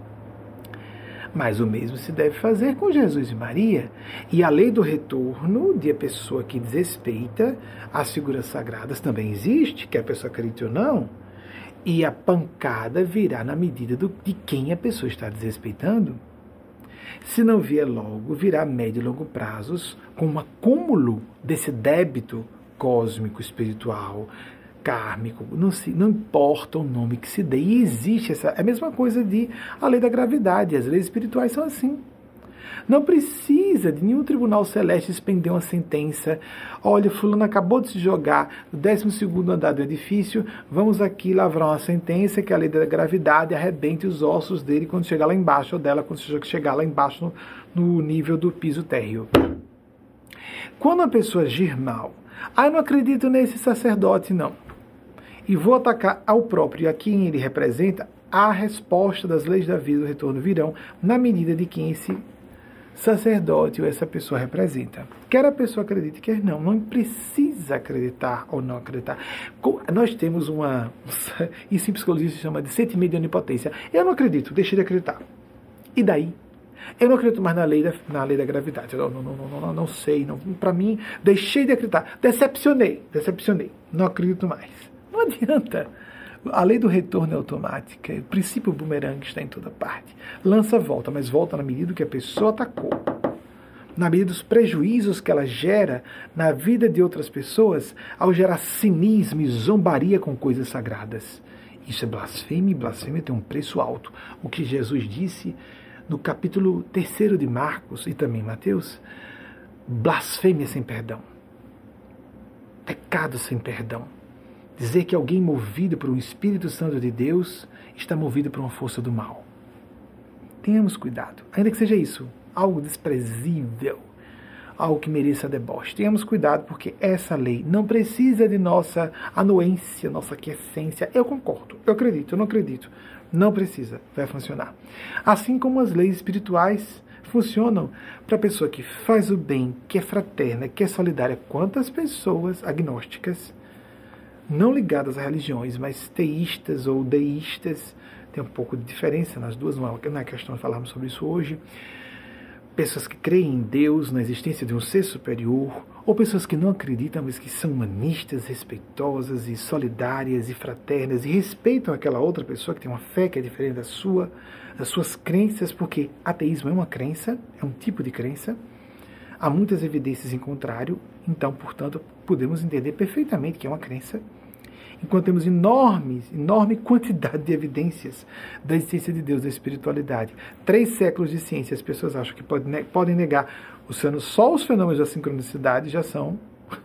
Speaker 1: Mas o mesmo se deve fazer com Jesus e Maria. E a lei do retorno de a pessoa que desrespeita as figuras sagradas também existe, quer a pessoa acredite ou não. E a pancada virá na medida do, de quem a pessoa está desrespeitando. Se não vier logo, virá a médio e longo prazos com um acúmulo desse débito cósmico, espiritual, kármico, não, se, não importa o nome que se dê. E existe essa, é a mesma coisa de a lei da gravidade, as leis espirituais são assim. Não precisa de nenhum tribunal celeste expender uma sentença. Olha, fulano acabou de se jogar no décimo segundo andar do edifício, vamos aqui lavrar uma sentença que a lei da gravidade arrebente os ossos dele quando chegar lá embaixo, ou dela quando chegar lá embaixo no, no nível do piso térreo. Quando a pessoa agir mal, ah, eu não acredito nesse sacerdote, não, e vou atacar ao próprio, a quem ele representa, a resposta das leis da vida do retorno virão na medida de quem esse sacerdote ou essa pessoa representa. Quer a pessoa acredite, quer não. Não precisa acreditar ou não acreditar. Nós temos uma... Isso em psicologia se chama de sentimento de onipotência. Eu não acredito, deixei de acreditar. E daí? Eu não acredito mais na lei da, na lei da gravidade. Eu não, não, não, não, não sei. Não, para mim, deixei de acreditar. Decepcionei. Decepcionei. Não acredito mais. Não adianta. A lei do retorno é automática. O princípio bumerangue está em toda parte. Lança, volta, mas volta na medida que a pessoa atacou. Na medida dos prejuízos que ela gera na vida de outras pessoas, ao gerar cinismo e zombaria com coisas sagradas. Isso é blasfêmia, e blasfêmia tem um preço alto. O que Jesus disse no capítulo terceiro de Marcos e também Mateus, blasfêmia sem perdão. Pecado sem perdão. Dizer que alguém movido por um Espírito Santo de Deus está movido por uma força do mal. Tenhamos cuidado, ainda que seja isso, algo desprezível, algo que mereça deboche. Tenhamos cuidado, porque essa lei não precisa de nossa anuência, nossa aquiescência. Eu concordo, eu acredito, eu não acredito. Não precisa, vai funcionar. Assim como as leis espirituais funcionam para a pessoa que faz o bem, que é fraterna, que é solidária. Quantas pessoas agnósticas, não ligadas a religiões, mas teístas ou deístas, tem um pouco de diferença nas duas, não é questão de falarmos sobre isso hoje, pessoas que creem em Deus, na existência de um ser superior, ou pessoas que não acreditam, mas que são humanistas, respeitosas e solidárias e fraternas, e respeitam aquela outra pessoa que tem uma fé que é diferente da sua, das suas crenças, porque ateísmo é uma crença, é um tipo de crença, há muitas evidências em contrário, então, portanto, podemos entender perfeitamente que é uma crença, enquanto temos enormes, enorme quantidade de evidências da existência de Deus, da espiritualidade. Três séculos de ciência, as pessoas acham que podem, podem negar os fenômenos, só os fenômenos da sincronicidade já são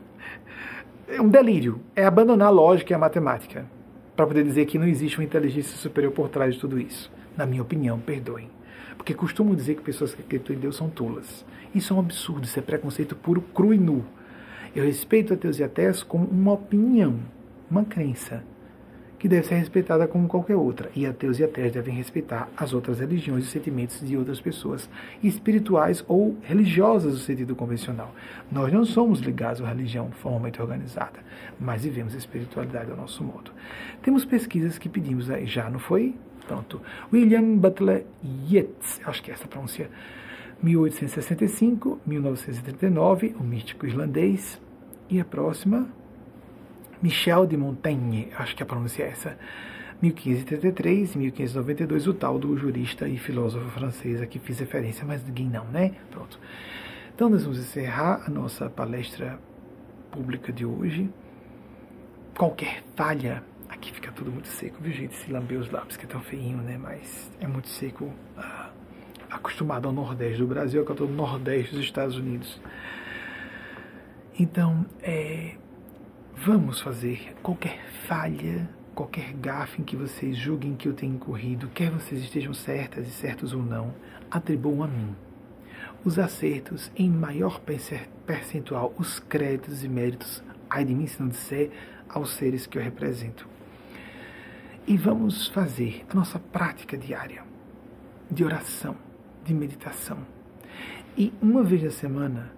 Speaker 1: é um delírio, é abandonar a lógica e a matemática, para poder dizer que não existe uma inteligência superior por trás de tudo isso. Na minha opinião, perdoem. Porque costumo dizer que pessoas que acreditam em Deus são tolas. Isso é um absurdo, isso é preconceito puro, cru e nu. Eu respeito ateus e ateias como uma opinião, uma crença, que deve ser respeitada como qualquer outra. E ateus e ateias devem respeitar as outras religiões e sentimentos de outras pessoas, espirituais ou religiosas no sentido convencional. Nós não somos ligados à religião formalmente organizada, mas vivemos a espiritualidade ao nosso modo. Temos pesquisas que pedimos aí, já não foi? Pronto. William Butler Yeats, acho que é essa a pronúncia, mil oitocentos e sessenta e cinco a mil novecentos e trinta e nove, o místico irlandês. E a próxima, Michel de Montaigne, acho que a pronúncia é essa, mil quinhentos e trinta e três e mil quinhentos e noventa e dois, o tal do jurista e filósofo francês a que fiz referência, mas ninguém não, né? Pronto. Então nós vamos encerrar a nossa palestra pública de hoje. Qualquer falha, aqui fica tudo muito seco, viu, gente? Se lamber os lábios, que é tão feinho, né? Mas é muito seco, ah, acostumado ao Nordeste do Brasil, que eu estou no Nordeste dos Estados Unidos. Então, é, vamos fazer qualquer falha, qualquer gafe em que vocês julguem que eu tenha incorrido, quer vocês estejam certas e certos ou não, atribuam a mim. Os acertos, em maior percentual, os créditos e méritos, ai de mim se não disser, aos seres que eu represento. E vamos fazer a nossa prática diária de oração, de meditação. E uma vez na semana,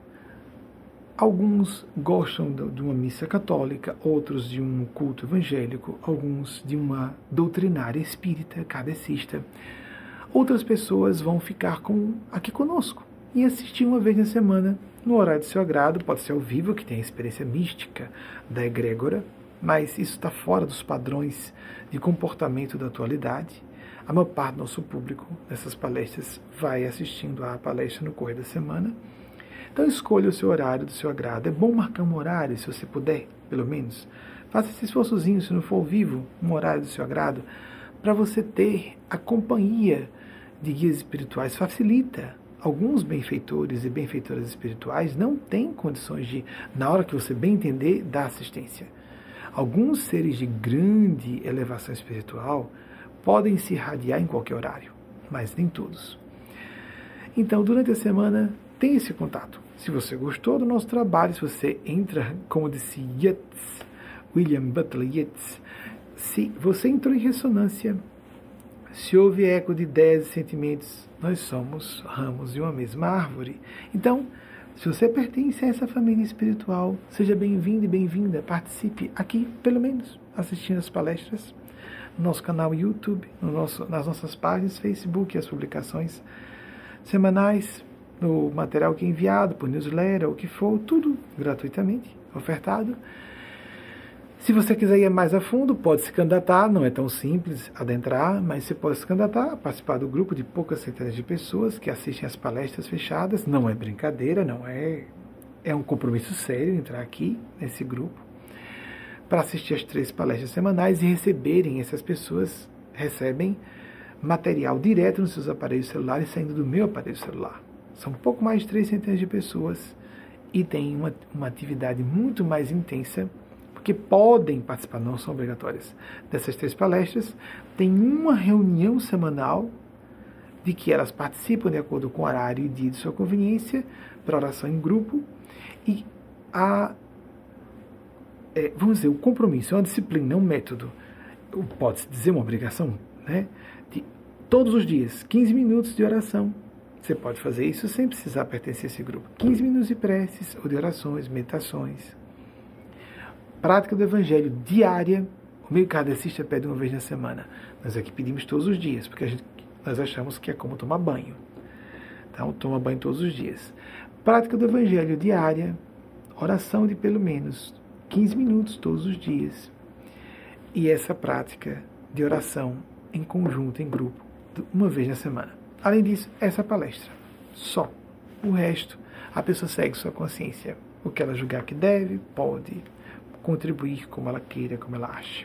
Speaker 1: alguns gostam de uma missa católica, outros de um culto evangélico, alguns de uma doutrinária espírita, kardecista. Outras pessoas vão ficar com, aqui conosco e assistir uma vez na semana, no horário de seu agrado, pode ser ao vivo, que tem a experiência mística da egrégora, mas isso está fora dos padrões de comportamento da atualidade. A maior parte do nosso público nessas palestras vai assistindo à palestra no correr da semana. Então escolha o seu horário do seu agrado. É bom marcar um horário, se você puder, pelo menos. Faça esse esforçozinho, se não for ao vivo, um horário do seu agrado, para você ter a companhia de guias espirituais. Facilita. Alguns benfeitores e benfeitoras espirituais não têm condições de, na hora que você bem entender, dar assistência. Alguns seres de grande elevação espiritual podem se irradiar em qualquer horário, mas nem todos. Então, durante a semana, tem esse contato. Se você gostou do nosso trabalho, se você entra, como disse Yeats, William Butler Yeats, se você entrou em ressonância, se houve eco de ideias e sentimentos, nós somos ramos de uma mesma árvore. Então, se você pertence a essa família espiritual, seja bem-vindo e bem-vinda, participe aqui, pelo menos, assistindo as palestras, no nosso canal YouTube, no nosso, nas nossas páginas Facebook, as publicações semanais, no material que é enviado, por newsletter, o que for, tudo gratuitamente, ofertado. Se você quiser ir mais a fundo, pode se candidatar, não é tão simples adentrar, mas você pode se candidatar, participar do grupo de poucas centenas de pessoas que assistem às palestras fechadas. Não é brincadeira, não é, é um compromisso sério entrar aqui nesse grupo para assistir às três palestras semanais e receberem, essas pessoas recebem material direto nos seus aparelhos celulares saindo do meu aparelho celular. São um pouco mais de três centenas de pessoas e tem uma, uma atividade muito mais intensa, porque podem participar, não são obrigatórias, dessas três palestras. Tem uma reunião semanal de que elas participam de acordo com o horário e dia de sua conveniência, para oração em grupo, e a, é, vamos dizer, o compromisso, é uma disciplina, um método, pode-se dizer uma obrigação, né? De todos os dias, quinze minutos de oração. Você pode fazer isso sem precisar pertencer a esse grupo. quinze minutos de preces, ou de orações, meditações. Prática do Evangelho diária. O meio kardecista pede uma vez na semana. Nós aqui pedimos todos os dias, porque a gente, nós achamos que é como tomar banho. Então, toma banho todos os dias. Prática do Evangelho diária. Oração de pelo menos quinze minutos todos os dias. E essa prática de oração em conjunto, em grupo, uma vez na semana. Além disso, essa palestra. Só. O resto, a pessoa segue sua consciência. O que ela julgar que deve, pode contribuir como ela queira, como ela ache.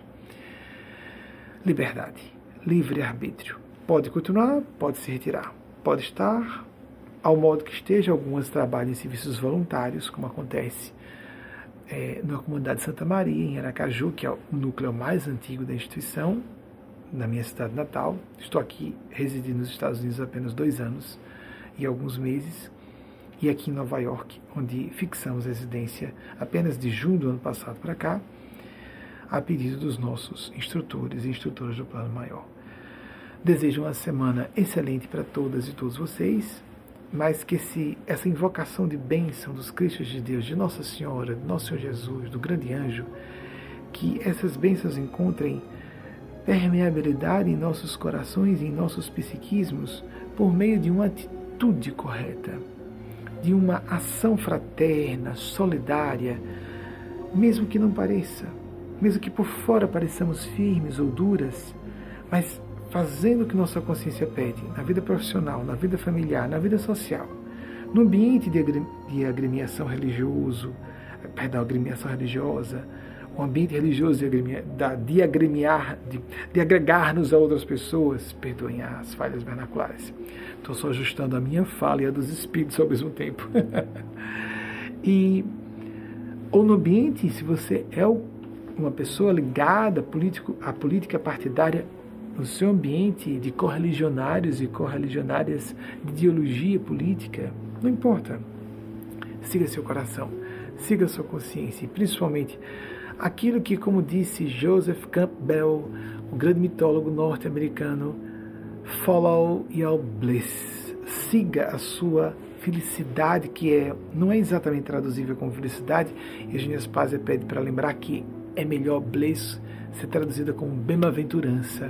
Speaker 1: Liberdade. Livre-arbítrio. Pode continuar, pode se retirar. Pode estar ao modo que esteja. Algumas trabalham em serviços voluntários, como acontece é, na comunidade Santa Maria, em Aracaju, que é o núcleo mais antigo da instituição, na minha cidade natal. Estou aqui residindo nos Estados Unidos há apenas dois anos e alguns meses, e aqui em Nova York, onde fixamos residência apenas de junho do ano passado para cá, a pedido dos nossos instrutores e instrutoras do Plano Maior. Desejo uma semana excelente para todas e todos vocês, mas que esse, essa invocação de bênção dos Cristos de Deus, de Nossa Senhora, de Nosso Senhor Jesus, do grande anjo, que essas bênçãos encontrem permeabilidade em nossos corações e em nossos psiquismos por meio de uma atitude correta, de uma ação fraterna, solidária, mesmo que não pareça, mesmo que por fora pareçamos firmes ou duras, mas fazendo o que nossa consciência pede, na vida profissional, na vida familiar, na vida social, no ambiente de, agre, de agremiação religioso, perdão, agremiação religiosa, o ambiente religioso de, agremia, de agremiar, de, de agregar-nos a outras pessoas, perdoem as falhas vernaculares. Estou só ajustando a minha fala e a dos espíritos ao mesmo tempo. E, ou no ambiente, se você é uma pessoa ligada político, à política partidária, no seu ambiente de correligionários e correligionárias de ideologia política, não importa. Siga seu coração, siga sua consciência e principalmente aquilo que, como disse Joseph Campbell, o grande mitólogo norte-americano, follow your bliss. Siga a sua felicidade, que é, não é exatamente traduzível como felicidade. Eugênia Spazia pede para lembrar que é melhor bliss ser traduzida como bem-aventurança,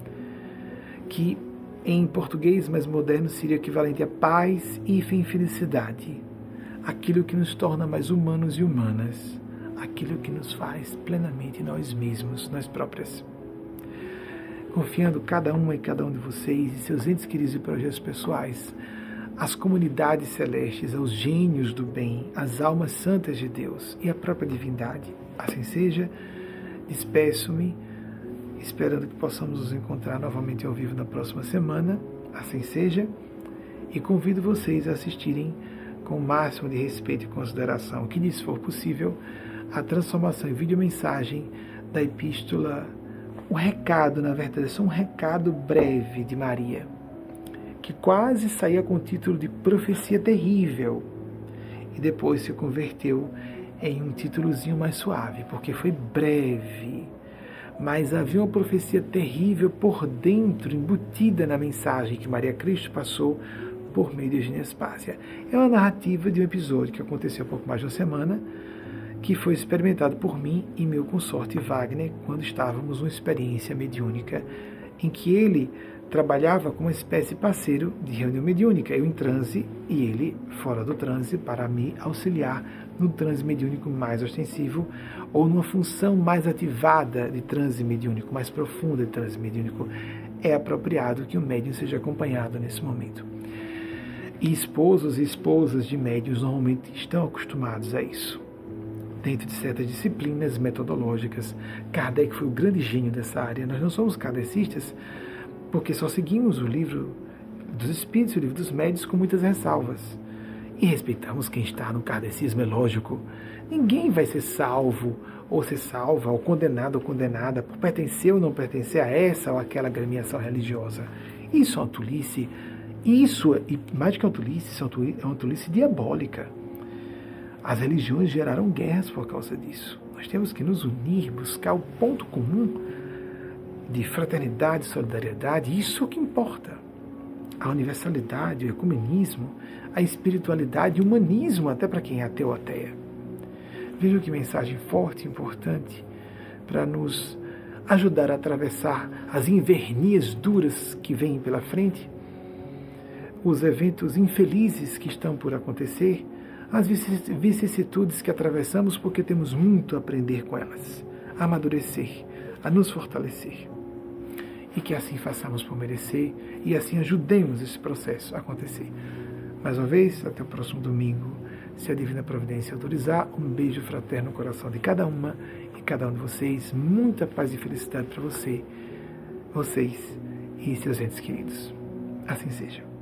Speaker 1: que em português mais moderno seria equivalente a paz e felicidade, aquilo que nos torna mais humanos e humanas, aquilo que nos faz plenamente nós mesmos, nós próprias. Confiando cada uma e cada um de vocês e seus entes queridos e projetos pessoais, às comunidades celestes, aos gênios do bem, às almas santas de Deus e à própria divindade. Assim seja, despeço-me, esperando que possamos nos encontrar novamente ao vivo na próxima semana, assim seja, e convido vocês a assistirem com o máximo de respeito e consideração, que lhes for possível, a transformação em videomensagem da epístola, o recado, na verdade, é só um recado breve de Maria, que quase saía com o título de Profecia Terrível, e depois se converteu em um títulozinho mais suave, porque foi breve, mas havia uma profecia terrível por dentro, embutida na mensagem que Maria Cristo passou por meio de Eugênia Spazia. É uma narrativa de um episódio que aconteceu há pouco mais de uma semana, que foi experimentado por mim e meu consorte Wagner, quando estávamos numa experiência mediúnica, em que ele trabalhava como uma espécie de parceiro de reunião mediúnica, eu em transe e ele fora do transe, para me auxiliar no transe mediúnico mais ostensivo ou numa função mais ativada de transe mediúnico, mais profunda de transe mediúnico. É apropriado que o médium seja acompanhado nesse momento. E esposos e esposas de médiuns normalmente estão acostumados a isso. Dentro de certas disciplinas metodológicas, Kardec foi o grande gênio dessa área. Nós não somos kardecistas, porque só seguimos o livro dos Espíritos, o livro dos Médiuns, com muitas ressalvas. E respeitamos quem está no kardecismo, é lógico. Ninguém vai ser salvo, ou ser salva, ou condenado ou condenada, por pertencer ou não pertencer a essa ou aquela agremiação religiosa. Isso é uma tolice. Isso, e mais que uma tolice, é uma tolice diabólica. As religiões geraram guerras por causa disso. Nós temos que nos unir, buscar o ponto comum de fraternidade, solidariedade, isso é o que importa. A universalidade, o ecumenismo, a espiritualidade, o humanismo, até para quem é ateu ou ateia. Vejam que mensagem forte e importante para nos ajudar a atravessar as invernias duras que vêm pela frente, os eventos infelizes que estão por acontecer, as vicissitudes que atravessamos, porque temos muito a aprender com elas, a amadurecer, a nos fortalecer. E que assim façamos por merecer e assim ajudemos esse processo a acontecer. Mais uma vez, até o próximo domingo, se a Divina Providência autorizar, um beijo fraterno no coração de cada uma e cada um de vocês, muita paz e felicidade para você, vocês e seus entes queridos. Assim seja.